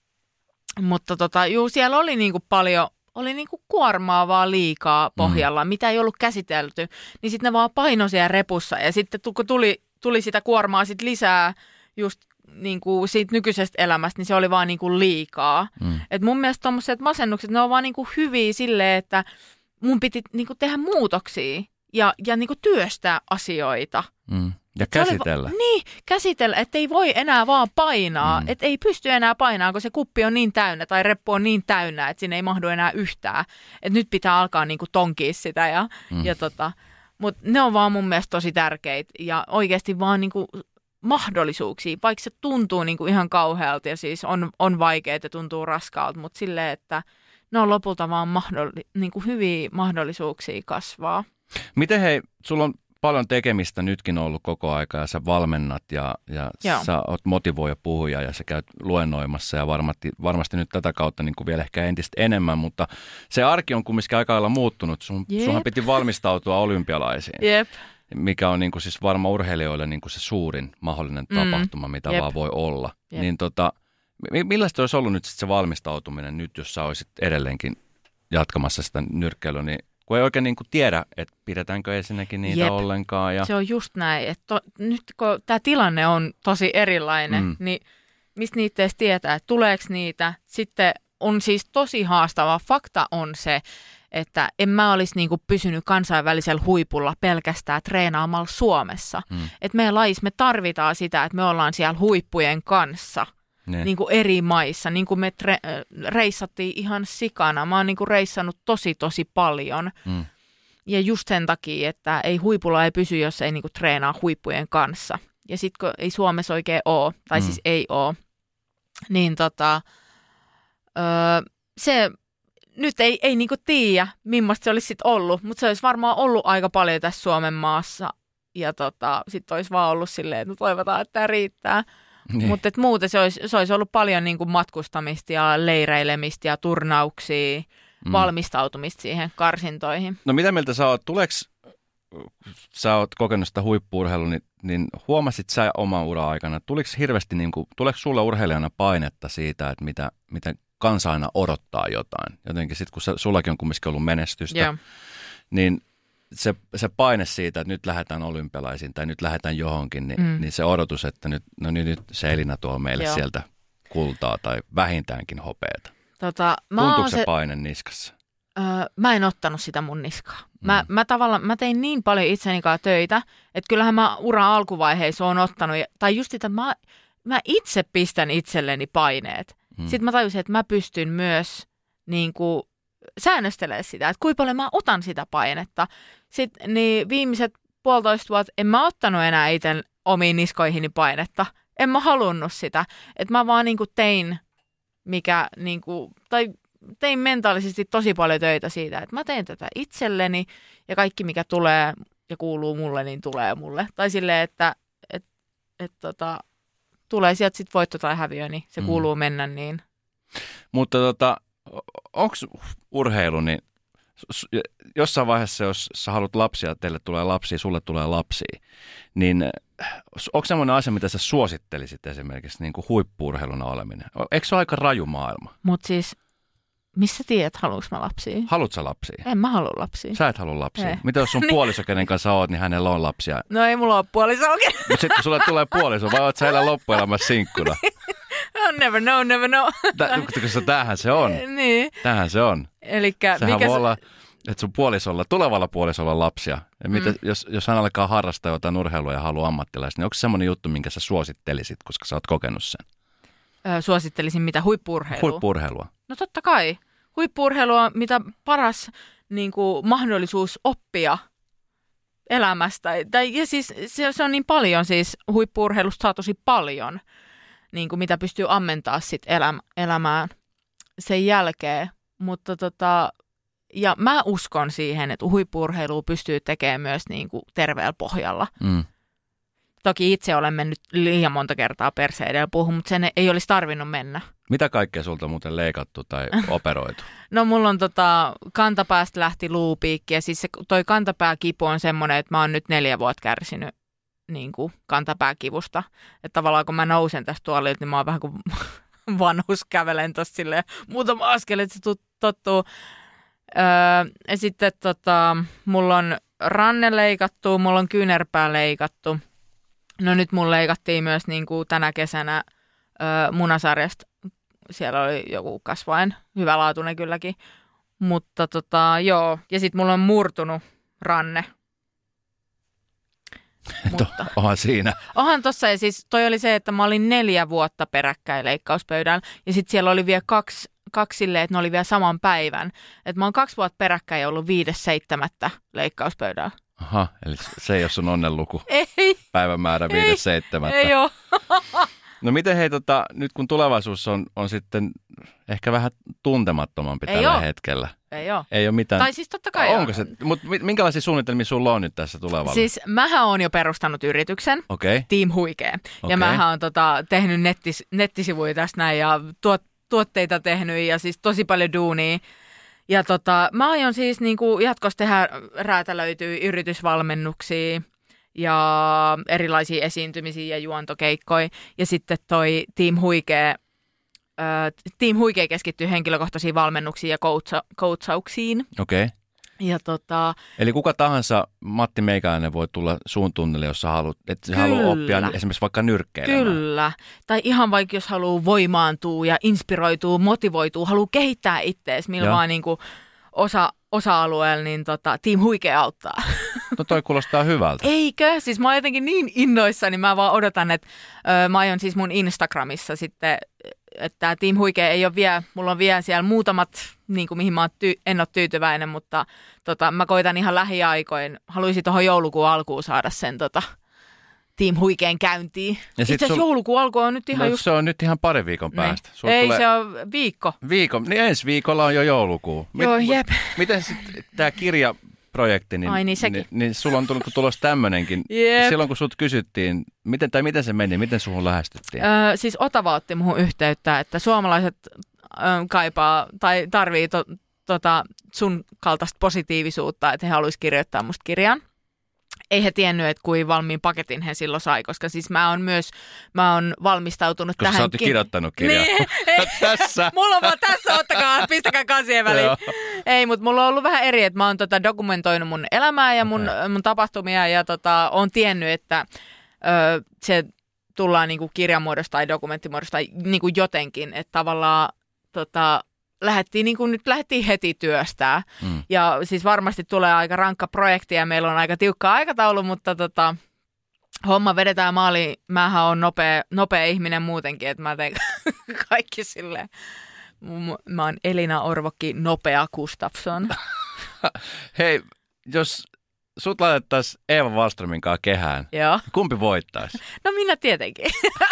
Mutta tota, juu, siellä oli niinku paljon, oli niinku kuormaavaa liikaa pohjalla, mm. mitä ei ollut käsitelty, niin sitten ne vaan paino siellä repussa ja sitten kun tuli, tuli sitä kuormaa sit lisää just niinku siitä nykyisestä elämästä, niin se oli vaan niinku liikaa. Mm. Et mun mielestä tommoset masennukset, ne on vaan niinku hyviä silleen, että mun piti niinku tehdä muutoksia. Ja, ja niin kuin työstää asioita. Mm. Ja käsitellä. Va- niin, käsitellä, että ei voi enää vaan painaa. Mm. Että ei pysty enää painaa, kun se kuppi on niin täynnä tai reppu on niin täynnä, että sinne ei mahdu enää yhtään. Että nyt pitää alkaa niin kuin tonkia sitä. Ja, mm. ja tota, mutta ne on vaan mun mielestä tosi tärkeitä. Ja oikeasti vaan niin kuin mahdollisuuksia, vaikka se tuntuu niin kuin ihan kauhealta ja siis on, on vaikeaa ja tuntuu raskaalta, mutta silleen, että ne on lopulta vaan mahdolli- niin kuin hyviä mahdollisuuksia kasvaa. Miten hei, sulla on paljon tekemistä nytkin ollut koko aika ja sä valmennat ja, ja sä oot motivoija puhuja ja sä käyt luennoimassa ja varmasti, varmasti nyt tätä kautta niin kuin vielä ehkä entistä enemmän, mutta se arki on kumminkin aika lailla muuttunut. Sun, sunhan piti valmistautua olympialaisiin, Jep. mikä on niin kuin siis varmaan urheilijoille niin kuin se suurin mahdollinen mm. tapahtuma, mitä Jep. vaan voi olla. Jep. Niin tota, millaista olisi ollut nyt sit se valmistautuminen nyt, jos sä olisit edelleenkin jatkamassa sitä nyrkkeilyä, niin kun ei oikein niin kuin tiedä, että pidetäänkö ensinnäkin niitä Jep. ollenkaan. Ja... Se on just näin, että to, nyt kun tämä tilanne on tosi erilainen, mm. niin mistä niitä edes tietää, että tuleeko niitä. Sitten on siis tosi haastava. Fakta on se, että en mä olisi niin kuin pysynyt kansainvälisellä huipulla pelkästään treenaamalla Suomessa. Mm. Että meidän lajissa me tarvitaan sitä, että me ollaan siellä huippujen kanssa. Ne. Niin kuin eri maissa, niin kuin me tre- reissattiin ihan sikana. Mä oon niin kuin reissannut tosi, tosi paljon. Mm. Ja just sen takia, että ei huipulla ei pysy, jos ei niin kuin treenaa huippujen kanssa. Ja sit kun ei Suomessa oikein ole, tai mm. siis ei ole, niin tota, öö, se nyt ei, ei niinku tiedä, millaista se olisi sit ollut, mutta se olisi varmaan ollut aika paljon tässä Suomen maassa. Ja tota, sitten olisi vaan ollut silleen, että toivotaan, että tämä riittää. Niin. Mutta muuten se olisi, se olisi ollut paljon niinku matkustamista ja leireilemistä ja turnauksia, mm. valmistautumista siihen karsintoihin. No mitä mieltä sä oot? Tuleeko, sä oot kokenut sitä huippu-urheilua, niin, niin huomasit sä oman uran aikana, tuliko hirveästi, niinku, tuleeko sulle urheilijana painetta siitä, että mitä, mitä kansa aina odottaa jotain? Jotenkin sitten, kun sä, sullakin on kumminkin ollut menestystä, yeah. niin se, se paine siitä, että nyt lähdetään olympialaisiin tai nyt lähdetään johonkin, niin, mm. niin se odotus, että nyt, no niin, nyt se Elina tuo meille Joo. sieltä kultaa tai vähintäänkin hopeeta. Tota, Tuntuuko se, se paine niskassa? Öö, mä en ottanut sitä mun niskaa. Mm. Mä, mä tavallaan, mä tein niin paljon itseni kanssa töitä, että kyllähän mä uran alkuvaiheissa oon ottanut, tai just sitä, mä, mä itse pistän itselleni paineet. Mm. Sitten mä tajusin, että mä pystyn myös niin kuin säännöstelemään sitä, että kuinka paljon mä otan sitä painetta. Sitten niin viimeiset puolitoista vuotta en mä ottanut enää itse omiin niskoihini painetta. En mä halunnut sitä. Että mä vaan niin kuin tein, mikä, niin kuin, tai tein mentaalisesti tosi paljon töitä siitä, että mä teen tätä itselleni ja kaikki mikä tulee ja kuuluu mulle, niin tulee mulle. Tai silleen, että et, et, tota, tulee sieltä sitten voitto tai häviö, niin se mm. kuuluu mennä niin. Mutta tota, onko urheilu, niin jossain vaiheessa, jos sä haluat lapsia, teille tulee lapsia, sulle tulee lapsia, niin onko semmoinen asia, mitä sä suosittelisit esimerkiksi niin kuin huippu-urheiluna oleminen? Eikö se ole aika raju maailma? Mutta siis, missä tiedät, haluanko mä lapsia? Haluatko sä lapsia? En mä halua lapsia. Sä et halua lapsia? Ei. Mitä jos sun puoliso, kenen kanssa oot, niin hänellä on lapsia? No ei mulla ole puoliso. Mutta sitten kun sulle tulee puoliso, vai oot sä elää loppuelämässä sinkkuna? Oh, never know, never know. Tämähän se on. Niin. Tämähän se on. Elikkä, Sehän mikä voi olla, että sun puolisolla, tulevalla puolisolla on lapsia. Ja mitä, mm. jos, jos hän alkaa harrastaa jotain urheilua ja haluaa ammattilaista, niin onko se semmoinen juttu, minkä sä suosittelisit, koska sä oot kokenut sen? Öö, suosittelisin mitä? Huippu-urheilua? Huippu-urheilua. No totta kai. Huippu-urheilua, mitä paras niin kuin, mahdollisuus oppia elämästä. Tai, ja siis se, se on niin paljon, siis huippu-urheilusta saa tosi paljon, niin kuin, mitä pystyy ammentaa sit elämä, elämään sen jälkeen. Mutta tota, ja mä uskon siihen, että huippu-urheilua pystyy tekemään myös niin kuin terveellä pohjalla. Mm. Toki itse olen mennyt liian monta kertaa perseen edellä puuhun, mutta sen ei olisi tarvinnut mennä. Mitä kaikkea sulta on muuten leikattu tai operoitu? No mulla on tota, kantapäästä lähti luupiikki ja siis se, toi kantapääkipu on semmoinen, että mä oon nyt neljä vuotta kärsinyt niin kuin kantapääkivusta. Että tavallaan kun mä nousen tästä tuolilta, niin mä oon vähän kuin vanhus kävelen tossa silleen muutama askel, että se tottuu. Öö, ja sitten tota, mulla on ranne leikattu, mulla on kyynärpää leikattu. No nyt mulla leikattiin myös niin kuin tänä kesänä öö, munasarjasta. Siellä oli joku kasvain, hyvälaatuinen kylläkin. Mutta tota, joo, ja sitten mulla on murtunut ranne. Mutta, onhan siinä. Onhan tossa, ja siis toi oli se, että mä olin neljä vuotta peräkkäin leikkauspöydällä, ja sitten siellä oli vielä kaksi, kaksi silleen, että ne oli vielä saman päivän. Että mä oon kaksi vuotta peräkkäin ollut viides seitsemättä leikkauspöydällä. Aha, eli se ei ole sun onnenluku. Ei. Päivämäärä viides seitsemättä. Ei oo. No miten hei, tota, nyt kun tulevaisuus on, on sitten ehkä vähän tuntemattomampi ei tällä oo. hetkellä. Ei ole. Ei ole mitään. Tai siis totta kai onko on. Se, mutta minkälaisia suunnitelmia sulla on nyt tässä tulevalla? Siis mähän on jo perustanut yrityksen, okay. Team Huikee. Okay. Ja mähän on tota, tehnyt nettis, nettisivuja tästä näin ja tuot, tuotteita tehnyt ja siis tosi paljon duunia. Ja tota, mä aion siis niinku jatkossa tehdä räätälöityä yritysvalmennuksia ja erilaisia esiintymisiä ja juontokeikkoja. Ja sitten toi Team Huikee, äh, Team Huikee keskittyy henkilökohtaisiin valmennuksiin ja coacha- coachauksiin. Okei. Okay. Ja tota, eli kuka tahansa Matti Meikäläinen voi tulla suun tunnille, jos sä haluat, että sä haluat oppia esimerkiksi vaikka nyrkkeilemään. Kyllä. Tai ihan vaikka jos haluaa voimaantua ja inspiroitua, motivoitua, haluaa kehittää itseäsi, millä vaan niin kuin osa, osa-alueella, niin tota, Team Huikee auttaa. No toi kuulostaa hyvältä. Eikö? Siis mä oon jotenkin niin innoissani, mä vaan odotan, että ö, mä aion siis mun Instagramissa sitten, että Team Huikee ei ole vielä, mulla on vielä siellä muutamat, niin kuin mihin mä ty- en ole tyytyväinen, mutta tota, mä koitan ihan lähiaikoin, haluaisin tuohon joulukuun alkuun saada sen tota, Team Huikean käyntiin. Itse asiassa sul... joulukuu alkoi on nyt ihan no, just... se on nyt ihan pari viikon päästä. Ei, tulee... se on viikko. Viikko, niin ensi viikolla on jo joulukuu. Joo, Mit, jep. Miten sitten tämä kirjaprojekti, niin, Ai, niin, niin, niin sulla on tullut tulos tämmöinenkin. Yep. Silloin kun sut kysyttiin, miten, tai miten se meni, miten suhun lähestyttiin? Öö, siis Otava otti muhun yhteyttä, että suomalaiset öö, kaipaa tai tarvii to, tota, sun kaltaista positiivisuutta, että he haluaisi kirjoittaa musta kirjan. Ei he tiennyt, että kuin valmiin paketin he silloin sai, koska siis mä oon myös, mä oon valmistautunut koska tähän. Koska sä oot kirjoittanut kirjaa. Niin, tässä. Mulla on vaan tässä, ottakaa, pistäkää kasien väliin. Ei, mutta mulla on ollut vähän eri, että mä oon tota dokumentoinut mun elämää ja mun, okay. mun tapahtumia ja tota, oon tiennyt, että ö, se tullaan niinku kirjamuodosta tai dokumenttimuodosta tai niinku jotenkin, että tavallaan tota, lähdettiin, niin kuin nyt lähdettiin heti työstää. Mm. Ja siis varmasti tulee aika rankka projekti ja meillä on aika tiukka aikataulu, mutta tota, homma vedetään maaliin. Mähän on nopea, nopea ihminen muutenkin, että mä teen kaikki silleen. Mä oon Elina Orvokki Nopea Gustafsson. Hei, jos sut laitettaisiin Eeva Wallströmin kanssa kehään, joo. Kumpi voittaisi? No minä tietenkin.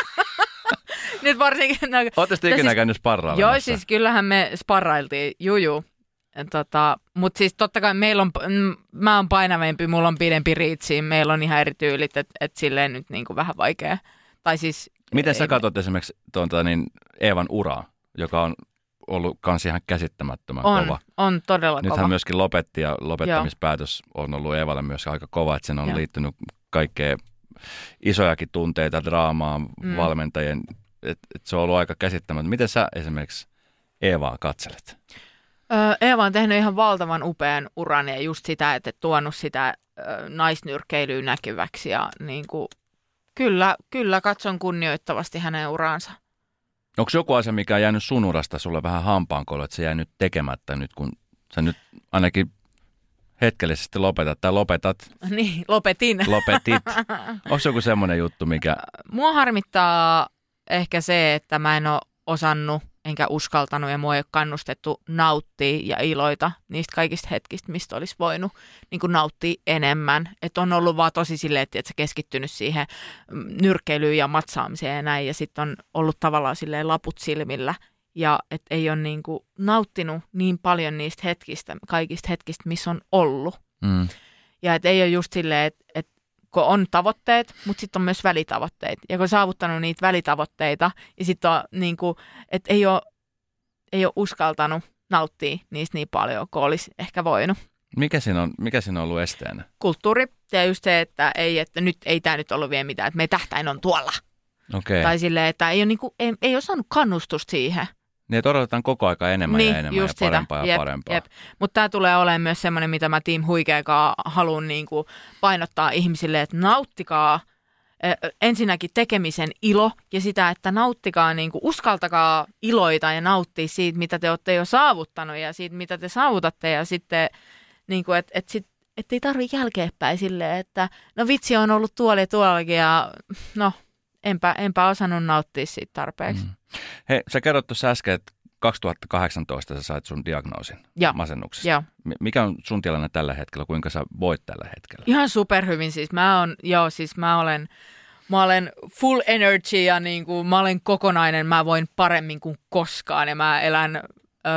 Nyt varsinkin... No, Ootte sitten ikinä siis, käynyt sparrailemassa? Joo, siis kyllähän me sparrailtiin, juju. Tota, mutta siis totta kai meillä on, mä oon painavempi, mulla on pidempi riitsi, meillä on ihan eri tyylit, että et silleen nyt niinku vähän vaikea. Tai siis... Miten sä katsot esimerkiksi tuota, niin Eevan uraa, joka on ollut kans ihan käsittämättömän on, kova? On todella Nythän kova. Nythän myöskin lopetti ja lopettamispäätös Joo. on ollut Eevalle myös aika kova, että sen on Joo. liittynyt kaikkea isojakin tunteita, draamaa, mm. valmentajien, että et se on ollut aika käsittämätöntä. Miten sä esimerkiksi Eevaa katselet? Öö, Eeva on tehnyt ihan valtavan upean uran ja just sitä, että tuonut sitä ö, naisnyrkkeilyä näkyväksi ja niin kuin, kyllä, kyllä katson kunnioittavasti hänen uraansa. Onko joku asia, mikä on jäänyt sun urasta sulle vähän hampaankoloon, että se jäi nyt tekemättä nyt, kun sä nyt ainakin hetkellisesti lopetat tai lopetat? Niin, lopetin. Lopetit. Onko joku semmoinen juttu, mikä... Mua harmittaa ehkä se, että mä en ole osannut enkä uskaltanut ja mua ei ole kannustettu nauttia ja iloita niistä kaikista hetkistä, mistä olisi voinut niin kuin nauttia enemmän. Että on ollut vaan tosi silleen, että sä keskittynyt siihen nyrkkeilyyn ja matsaamiseen ja näin. Ja sitten on ollut tavallaan silleen laput silmillä. Ja että ei ole niin kuin nauttinut niin paljon niistä hetkistä, kaikista hetkistä, missä on ollut. Mm. Ja että ei ole just silleen, että, että kun on tavoitteet, mutta sitten on myös välitavoitteet. Ja kun on saavuttanut niitä välitavoitteita, ja sitten on niin kuin, että ei ole, ei ole uskaltanut nauttia niistä niin paljon, kuin olisi ehkä voinut. Mikä siinä on, mikä siinä on ollut esteenä? Kulttuuri. Ja just se, että ei, että nyt ei tämä nyt ollut vielä mitään, että meidän tähtäin on tuolla. Okay. Tai silleen, että ei ole, niin kuin, ei, ei ole saanut kannustusta siihen. Niin, että odotetaan koko aika enemmän niin, ja enemmän ja parempaa sitä. ja jep, parempaa. Jep. Mutta tämä tulee olemaan myös semmoinen, mitä mä Team Huikeakaan haluan niinku painottaa ihmisille, että nauttikaa äh, ensinnäkin tekemisen ilo ja sitä, että nauttikaa, niinku, uskaltakaa iloita ja nauttia siitä, mitä te olette jo saavuttanut ja siitä, mitä te saavutatte ja sitten, niinku, että et sit, et ei tarvitse jälkeenpäin silleen, että no vitsi on ollut tuolla ja tuollakin ja no enpä, enpä osannut nauttia siitä tarpeeksi. Mm. Hei, sä kerrot tuossa äsken, että kaksituhattakahdeksantoista sä sait sun diagnoosin ja. masennuksesta. Ja. Mikä on sun tilanne tällä hetkellä? Kuinka sä voit tällä hetkellä? Ihan superhyvin siis. Mä on, joo, siis mä olen, mä olen full energy ja niin kuin, mä olen kokonainen. Mä voin paremmin kuin koskaan ja mä elän ö,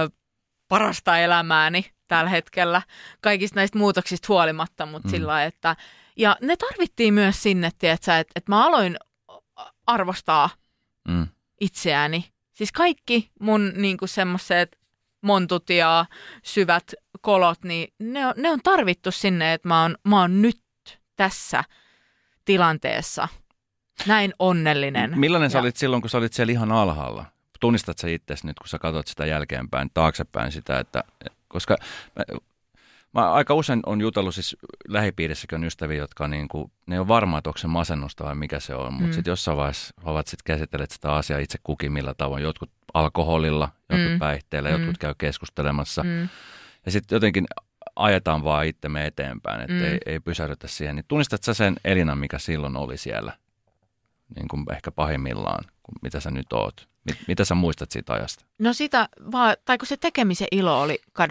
parasta elämääni tällä hetkellä. Kaikista näistä muutoksista huolimatta, mutta mm. sillä lailla, että ja ne tarvittiin myös sinne, tietsä, että, että mä aloin arvostaa mm. itseäni. Siis kaikki mun niinku semmoiset montut ja syvät kolot, niin ne on, ne on tarvittu sinne, että mä oon, mä oon nyt tässä tilanteessa näin onnellinen. Millainen sä ja. olit silloin, kun sä olit siellä ihan alhaalla? Tunnistat sä itsesi nyt, kun sä katsot sitä jälkeenpäin, taaksepäin sitä, että koska mä, mä aika usein on jutellut siis lähipiirissäkin on ystäviä, jotka on niin kuin, ne on varma, että onko se masennusta vai mikä se on, mutta mm. sitten jossain vaiheessa ovat sitten käsitelleet sitä asiaa itse kukin millä tavoin. Jotkut alkoholilla, jotkut mm. päihteillä, mm. jotkut käy keskustelemassa mm. ja sitten jotenkin ajetaan vaan itsemme eteenpäin, että mm. ei, ei pysähdytä siihen. Niin tunnistatko sä sen Elinan, mikä silloin oli siellä, niin kuin ehkä pahimmillaan, kuin mitä sä nyt oot? Mit, mitä sä muistat siitä ajasta? No sitä vaan, tai kun se tekemisen ilo oli kadonnut.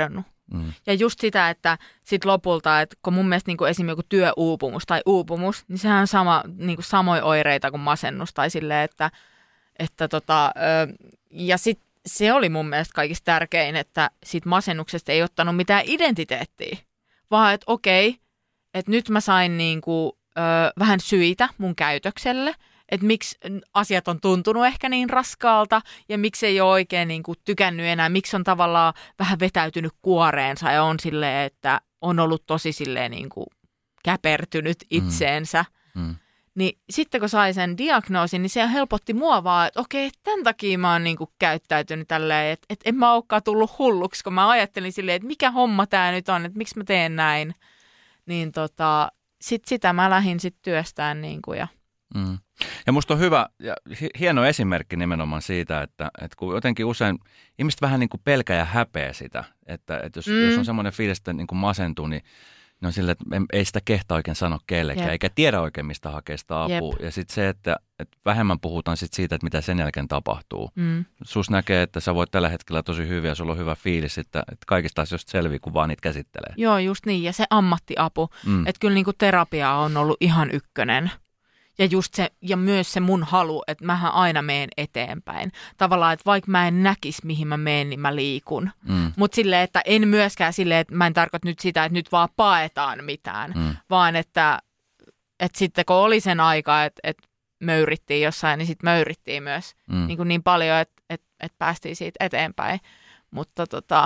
Mm. Ja just sitä, että sit lopulta, että kun mun mielestä niin esimerkiksi joku työuupumus tai uupumus, niin sehän on sama, niin kuin samoja oireita kuin masennus tai silleen, että, että tota, ja sit se oli mun mielestä kaikista tärkein, että sit masennuksesta ei ottanut mitään identiteettiä, vaan että okei, että nyt mä sain niin kuin, ö, vähän syitä mun käytökselle, että miksi asiat on tuntunut ehkä niin raskaalta ja miksi ei ole oikein niin kuin tykännyt enää, miksi on tavallaan vähän vetäytynyt kuoreensa ja on silleen, että on ollut tosi silleen niin kuin käpertynyt itseensä. Mm. Mm. Niin sitten kun sai sen diagnoosin, niin se helpotti mua vaan, että okei, tämän takia mä oon niin kuin käyttäytynyt tälleen, että, että en mä olekaan tullut hulluksi, kun mä ajattelin silleen, että mikä homma tää nyt on, että miksi mä teen näin. Niin tota, sit sitä mä lähdin sit työstään niin kuin ja Mm. Ja musta on hyvä ja hieno esimerkki nimenomaan siitä, että, että kun jotenkin usein ihmiset vähän niin kuin pelkää ja häpeä sitä, että, että jos, mm. jos on semmoinen fiilis, että niin kuin masentuu, niin ne on silleen, että ei sitä kehtaa oikein sano kellekään, Jep. eikä tiedä oikein, mistä hakee sitä apua. Jep. Ja sitten se, että, että vähemmän puhutaan sit siitä, että mitä sen jälkeen tapahtuu. Mm. Sus näkee, että sä voit tällä hetkellä tosi hyvin ja sulla on hyvä fiilis, että, että kaikista asioista selvii, kun vaan niitä käsittelee. Joo, just niin. Ja se ammattiapu, mm. että kyllä niin kuin terapia on ollut ihan ykkönen. Ja just se, ja myös se mun halu, että mähän aina meen eteenpäin. Tavallaan, että vaikka mä en näkisi, mihin mä meen, niin mä liikun. Mm. Mutta silleen, että en myöskään silleen, että mä en tarkoita nyt sitä, että nyt vaan paetaan mitään. Mm. Vaan että, että sitten kun oli sen aika, että, että möyrittiin jossain, niin sitten möyrittiin myös mm. niin, kuin niin paljon, että, että, että päästiin siitä eteenpäin. Mutta tota,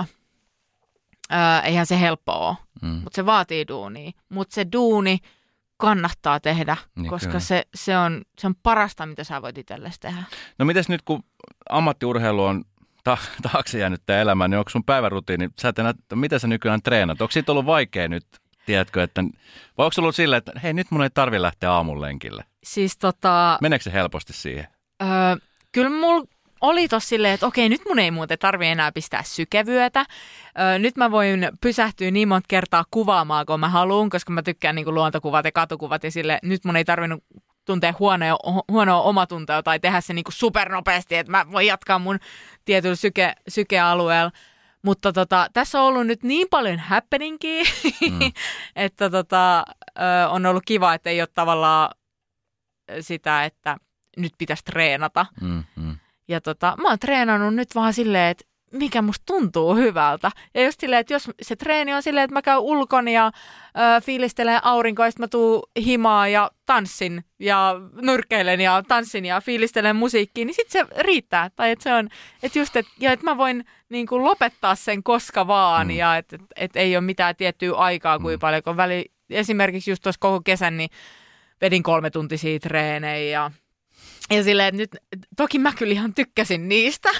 ää, eihän se helppo ole. Mm. Mutta se vaatii duunia. Mutta se duuni kannattaa tehdä, niin koska se, se, on, se on parasta, mitä sä voit itsellesi tehdä. No mites nyt, kun ammattiurheilu on ta- taakse jäänyt tämä elämä, niin onko sun päivärutiini, sä et enää, mitä sä nykyään treenat? Onko siitä ollut vaikea nyt, tiedätkö, että, vai onko ollut silleen, että hei, nyt mun ei tarvitse lähteä aamun lenkille? Siis tota... Meneekö se helposti siihen? Öö, kyllä mulla oli tossa silleen, että okei, nyt mun ei muuten tarvitse enää pistää sykevyötä. Öö, nyt mä voin pysähtyä niin monta kertaa kuvaamaan, kun mä haluan, koska mä tykkään niinku luontokuvat ja katukuvat. Ja sille, nyt mun ei tarvinnut tuntea huonoa, huonoa omatuntoa tai tehdä se niinku supernopeasti, että mä voin jatkaa mun tietyllä syke, sykealueella. Mutta tota, tässä on ollut nyt niin paljon happeningia, mm. että tota, ö, on ollut kiva, että ei ole tavallaan sitä, että nyt pitäisi treenata. Mm, mm. Ja tota, mä oon treenannut nyt vaan silleen, että mikä musta tuntuu hyvältä. Ja just silleen, että jos se treeni on silleen, että mä käyn ulkona ja ö, fiilistelen aurinkoa, ja sitten mä tuun himaa ja tanssin ja nyrkkeilen ja tanssin ja fiilistelen musiikkiin, niin sit se riittää. Tai että se on, että just, että, ja että mä voin niin kuin lopettaa sen koska vaan mm. ja että et, et ei ole mitään tiettyä aikaa kuin mm. paljon, kun väli, esimerkiksi just tuossa koko kesän, niin vedin kolme tuntisia treenejä ja Ja silleen, että nyt, toki mä kyllä ihan tykkäsin niistä,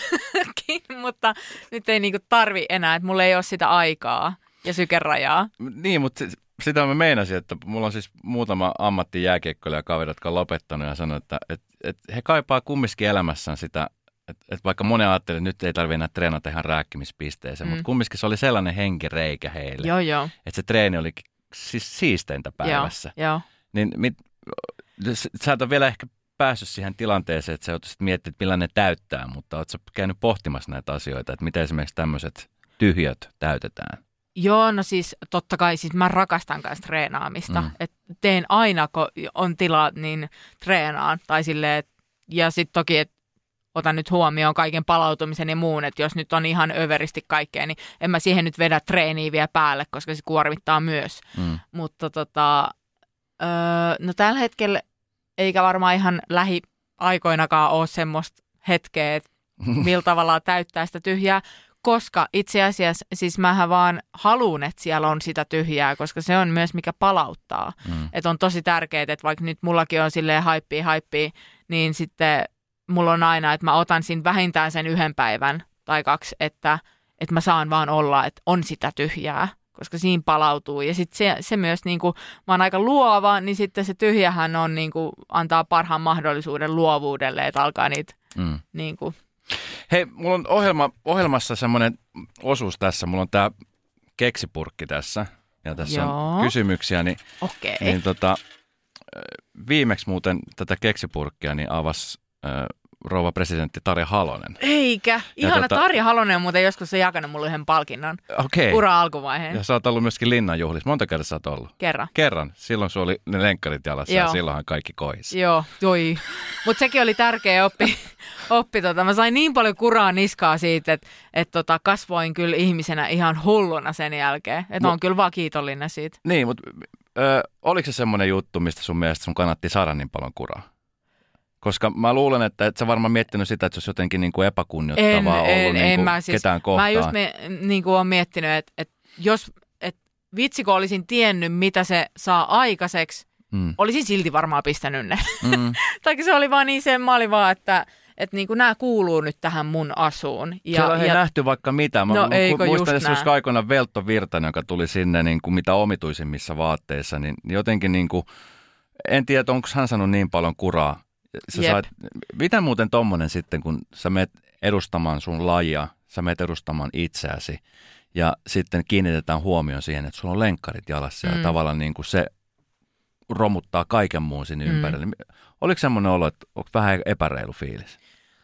mutta nyt ei niinku tarvi enää, että mulla ei ole sitä aikaa ja sykerajaa. Niin, mutta sitä mä meinasin, että mulla on siis muutama ammattijääkiekkoilija kaveri, jotka on lopettanut ja sanonut, että, että, että he kaipaa kumminkin elämässään sitä, että, että vaikka moni ajattelee, että nyt ei tarvitse enää treenata ihan rääkkimispisteeseen, mm. mutta kumminkin se oli sellainen henkireikä heille, joo, joo. että se treeni oli siis siisteintä päivässä. Joo, joo. Niin mit, sä et ole vielä ehkä päässyt siihen tilanteeseen, että sä joutuisit miettimään, että millainen täyttää, mutta ootko käynyt pohtimassa näitä asioita, että miten esimerkiksi tämmöiset tyhjöt täytetään? Joo, no siis totta kai siis mä rakastan kanssa treenaamista, mm. että teen aina, kun on tilaa, niin treenaan, tai silleen, ja sitten toki, että otan nyt huomioon kaiken palautumisen ja muun, että jos nyt on ihan överisti kaikkea, niin en mä siihen nyt vedä treeniä vielä päälle, koska se kuormittaa myös, mm. mutta tota, öö, no tällä hetkellä eikä varmaan ihan lähiaikoinakaan ole semmoista hetkeä, että millä tavalla täyttää sitä tyhjää, koska itse asiassa siis mähän vaan haluun, että siellä on sitä tyhjää, koska se on myös mikä palauttaa. Mm. Että on tosi tärkeää, että vaikka nyt mullakin on silleen haippii, haippii, niin sitten mulla on aina, että mä otan siinä vähintään sen yhden päivän tai kaksi, että, että mä saan vaan olla, että on sitä tyhjää. Koska siinä palautuu. Ja sitten se, se myös, niin kuin, mä oon aika luova, niin sitten se tyhjähän on, niin kuin, antaa parhaan mahdollisuuden luovuudelle, että alkaa niitä, mm. niin kuin. Hei, mulla on ohjelma, ohjelmassa semmoinen osuus tässä, mulla on tää keksipurkki tässä, ja tässä Joo. on kysymyksiä, niin, okay. niin tota, viimeksi muuten tätä keksipurkkia niin avasi äh, rouva presidentti Tarja Halonen. Eikä. Ihana tota... Tarja Halonen on muuten joskus se jakanut mulle yhden palkinnon. Okei. Ura alkuvaiheen. Ja sä oot ollut myöskin linnanjuhlissa. Monta kertaa sä oot ollut? Kerran. Kerran. Silloin sulla oli ne lenkkarit jalassa Joo. ja silloinhan kaikki kohisi. Joo, joi. Mutta sekin oli tärkeä oppi. oppi tota. Mä sain niin paljon kuraa niskaa siitä, että et tota, kasvoin kyllä ihmisenä ihan hulluna sen jälkeen. Että Mut... on kyllä vaan kiitollinen siitä. Niin, mutta ö, oliko se semmoinen juttu, mistä sun mielestä sun kannatti saada niin paljon kuraa? Koska mä luulen, että et sä varmaan miettinyt sitä, että se olisi jotenkin niin kuin epäkunnioittavaa en, ollut en, niin en, kuin mä siis, ketään kohtaan. Mä just me, niin kuin olen miettinyt, että, että jos, että vitsikö olisin tiennyt, mitä se saa aikaiseksi, mm. olisin silti varmaan pistänyt ne. Mm. tai se oli vaan niin sen, mä olin vaan, että että niin kuin nämä kuuluu nyt tähän mun asuun. Ja, Siellä on ja... nähty vaikka mitä. Mä no, eikö muistan just esimerkiksi aikoinaan Veltto Virtanen, joka tuli sinne niin kuin mitä omituisimmissa vaatteissa, niin jotenkin niin kuin, en tiedä, onko hän saanut niin paljon kuraa. Sä saat, miten muuten tommonen sitten, kun sä meet edustamaan sun lajia, sä meet edustamaan itseäsi ja sitten kiinnitetään huomioon siihen, että sulla on lenkkarit jalassa mm. ja tavallaan niin kuin se romuttaa kaiken muun sinne mm. ympärille. Oliko semmoinen olo, että onko vähän epäreilu fiilis?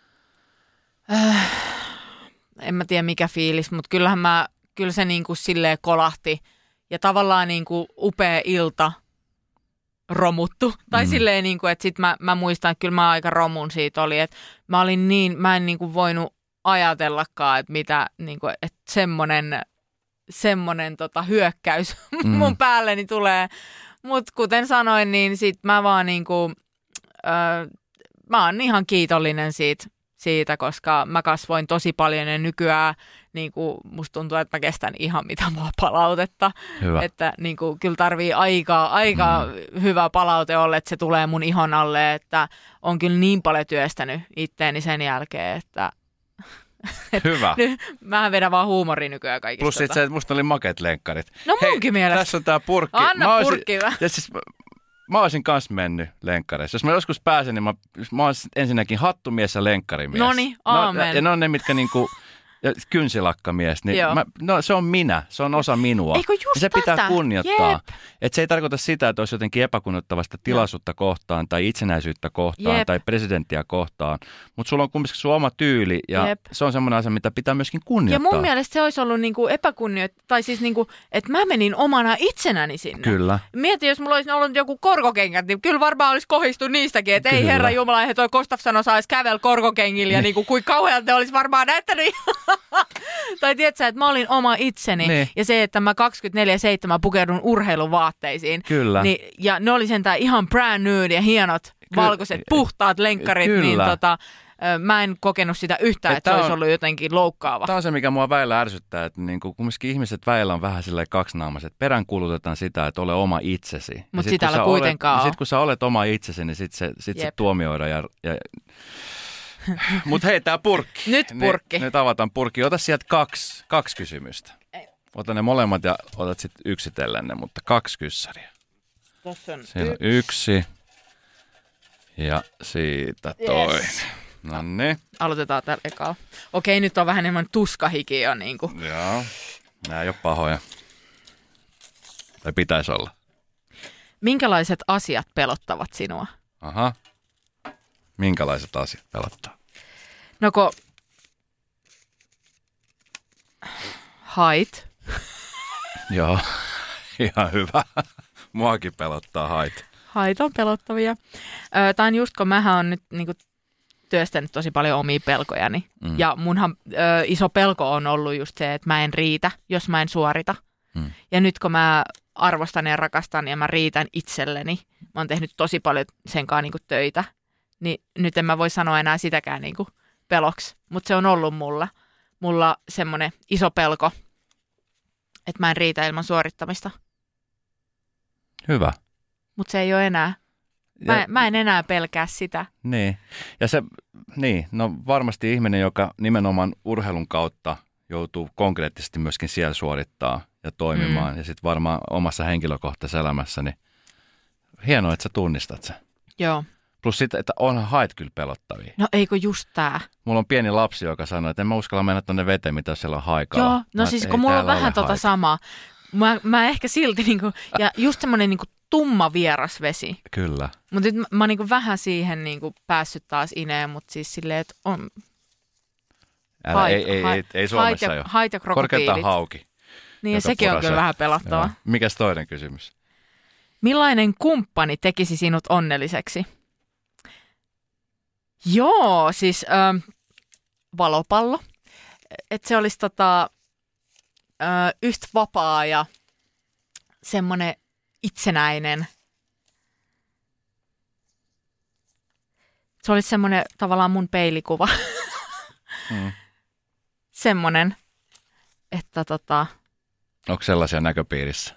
Äh, en mä tiedä mikä fiilis, mutta kyllähän mä, kyllä se niin kuin silleen kolahti ja tavallaan niin kuin upea ilta romuttu. Tai mm. silleen, niin kuin, että sit mä, mä muistan, että kyllä mä aika romun siitä oli, että mä olin niin, mä en niin kuin voinut ajatellakaan, että mitä, niin kuin, että semmoinen, semmoinen tota, hyökkäys mm. mun päälleni tulee. Mutta kuten sanoin, niin sit mä vaan niin kuin, äh, mä oon ihan kiitollinen siitä, siitä, koska mä kasvoin tosi paljon ja nykyään niin kuin musta tuntuu, että mä kestän ihan mitä mua palautetta. Hyvä. Että niin kuin, kyllä tarvii aika, aika mm. hyvä palaute olla, että se tulee mun ihon alle, että on kyllä niin paljon työstänyt itteeni sen jälkeen, että hyvä. Nyt, mähän vedän vaan huumoria nykyään kaikista. Plus sitten se, että musta oli makeat lenkkarit. No munkin Hei, mielestä. tässä on tää purkki. Anna mä purkki. Olisin, siis, mä olisin kans mennyt lenkkareissa. Jos mä joskus pääsen, niin mä, mä olisin ensinnäkin hattumies ja lenkkarimies. Noniin, aamen. No, ja ne on ne, mitkä niinku... Ja kynsilakkamies, niin mä, no, se on minä, se on osa minua. Eikö just se pitää tätä? kunnioittaa. Että se ei tarkoita sitä, että olisi jotenkin epäkunnioittavasta tilaisuutta Jep. kohtaan tai itsenäisyyttä kohtaan Jep. tai presidenttiä kohtaan. Mutta sulla on kumminkin sun oma tyyli ja Jep. se on semmoinen asia, mitä pitää myöskin kunnioittaa. Ja mun mielestä se olisi ollut niinku epäkunnioittavaa, tai siis niinku, että mä menin omana itsenäni sinne. Kyllä. Mieti, jos mulla olisi ollut joku korkokengät, niin kyllä varmaan olisi kohistu niistäkin, että ei herra jumala, eihän toi Gustafsson osaisi kävellä korkokengillä ja niinku, kuin kauhealta te olisi varmaan näyttänyt. Tai tiedätkö, että mä olin oma itseni niin. Ja se, että mä kaksikymmentäneljä seitsemän pukeudun urheiluvaatteisiin. Kyllä. Niin, ja ne oli sentään ihan brand new ja hienot Ky- valkoiset puhtaat lenkkarit. Kyllä. Niin tota, mä en kokenut sitä yhtään, että, että se olisi on, ollut jotenkin loukkaava. Tämä on se, mikä mua väillä ärsyttää, että niin kumminkin ihmiset väillä on vähän silleen kaksinaamaiset. Peräänkuulutetaan sitä, että ole oma itsesi. Mutta sitä ei kuitenkaan ole. Sitten kun sä olet oma itsesi, niin sitten se, sit se tuomioidaan ja... ja mutta hei, tää purkki. Nyt purkki. Nyt avataan purkki. Ota sieltä kaksi, kaksi kysymystä. Ota ne molemmat ja otat sitten yksitellen ne, mutta kaksi kyssäriä. Tässä on Siinä on yksi. Ja siitä toinen. Yes. No niin. Aloitetaan tällä ekalla. Okei, nyt on vähän enemmän tuskahiki jo. Niin kuin. Joo. Nää ei ole pahoja. Tai pitäisi olla. Minkälaiset asiat pelottavat sinua? Aha. Minkälaiset asiat pelottaa? No kun... Hait. Joo, ihan hyvä. Muakin pelottaa hait. Hait on pelottavia. Tämä on just, kun mähän on nyt niinku työstänyt tosi paljon omia pelkojani. Mm. Ja munhan ö, iso pelko on ollut just se, että mä en riitä, jos mä en suorita. Mm. Ja nyt kun mä arvostan ja rakastan ja mä riitän itselleni, mä oon tehnyt tosi paljon senkaan niinku töitä, niin nyt en mä voi sanoa enää sitäkään niinku peloksi. Mutta se on ollut mulla, mulla semmoinen iso pelko, että mä en riitä ilman suorittamista. Hyvä. Mutta se ei ole enää. Mä, ja, mä en enää pelkää sitä. Niin. Ja se, niin, no varmasti ihminen, joka nimenomaan urheilun kautta joutuu konkreettisesti myöskin siellä suorittaa ja toimimaan. Mm. Ja sitten varmaan omassa henkilökohtaisessa elämässä, niin hienoa, että sä tunnistat sen. Joo. Plus sitten, että onhan hait kyllä pelottavia. No eikö just tää? Mulla on pieni lapsi, joka sanoo, että en mä uskalla mennä tonne veteen, mitä siellä on haikaa. Joo, no mä, siis kun mulla on vähän tota samaa. mä, mä ehkä silti, niinku, ja just semmoinen niinku tumma vieras vesi. Kyllä. Mutta nyt mä, mä oon niinku vähän siihen niinku päässyt taas ineen, mutta siis silleen, että on Älä, hait, ei, ei, hait, ei, ei Suomessa hait ja, jo. hait ja krokotiilit. Korkeintaan hauki. Niin ja joka sekin on purasee. kyllä vähän pelottavaa. Joo. Mikäs toinen kysymys? Millainen kumppani tekisi sinut onnelliseksi? Joo, siis ö, valopallo. Että se olisi tota, ö, yhtä vapaa ja semmoinen itsenäinen. Se olisi semmoinen tavallaan mun peilikuva. Mm. Semmoinen, että tota... Onko sellaisia näköpiirissä?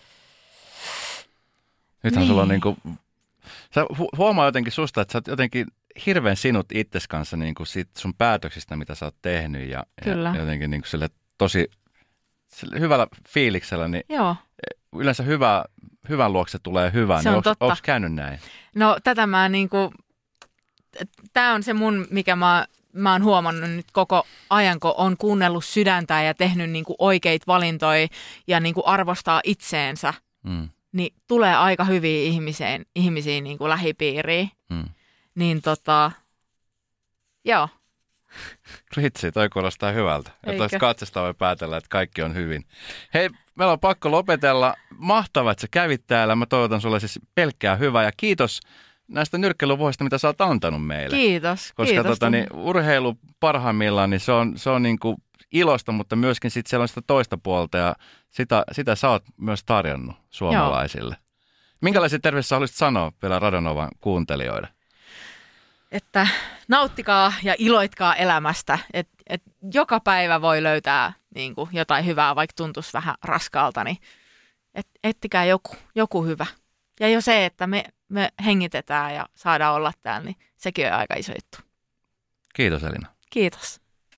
Nythän Niin. sulla on niinku... Sä hu- huomaa jotenkin susta, että sä oot jotenkin hirveän sinut itses kanssa niinku sit sun päätöksistä, mitä sä oot tehnyt. Ja, Kyllä. ja jotenkin niinku sille tosi sille hyvällä fiiliksellä, niin Joo. yleensä hyvä, hyvän luokse tulee hyvä. Se niin on totta. Onko käynyt näin? No tätä mä niinku... Tää on se mun, mikä mä, mä oon huomannut nyt koko ajan, kun on kuunnellut sydäntä ja tehnyt niinku oikeita valintoja ja niinku arvostaa itseensä. Mm. Niin tulee aika hyviä ihmisiin, ihmisiin niin kuin lähipiiriin. Mm. Niin tota, joo. Hitsi, toi kuulostaa hyvältä. Ja Eikö? tuosta katsesta voi päätellä, että kaikki on hyvin. Hei, meillä on pakko lopetella. Mahtavaa, että sä kävit täällä. Mä toivotan sulle siis pelkkää hyvää ja kiitos näistä nyrkkeilyvuosista, mitä sä oot antanut meille. Kiitos. Koska kiitos. tota, niin, urheilu parhaimmillaan, niin se on, se on niin kuin ilosta, mutta myöskin sit siellä on sitä toista puolta ja sitä, sitä sä oot myös tarjonnut suomalaisille. Joo. Minkälaisia terveisiä haluaisit sanoa vielä Radonovan kuuntelijoille? Että nauttikaa ja iloitkaa elämästä. Et, et joka päivä voi löytää niin kuin jotain hyvää, vaikka tuntuisi vähän raskaalta, niin et, ettikää joku, joku hyvä. Ja jo se, että me, me hengitetään ja saadaan olla täällä, niin sekin on aika iso juttu. Kiitos Elina. Kiitos.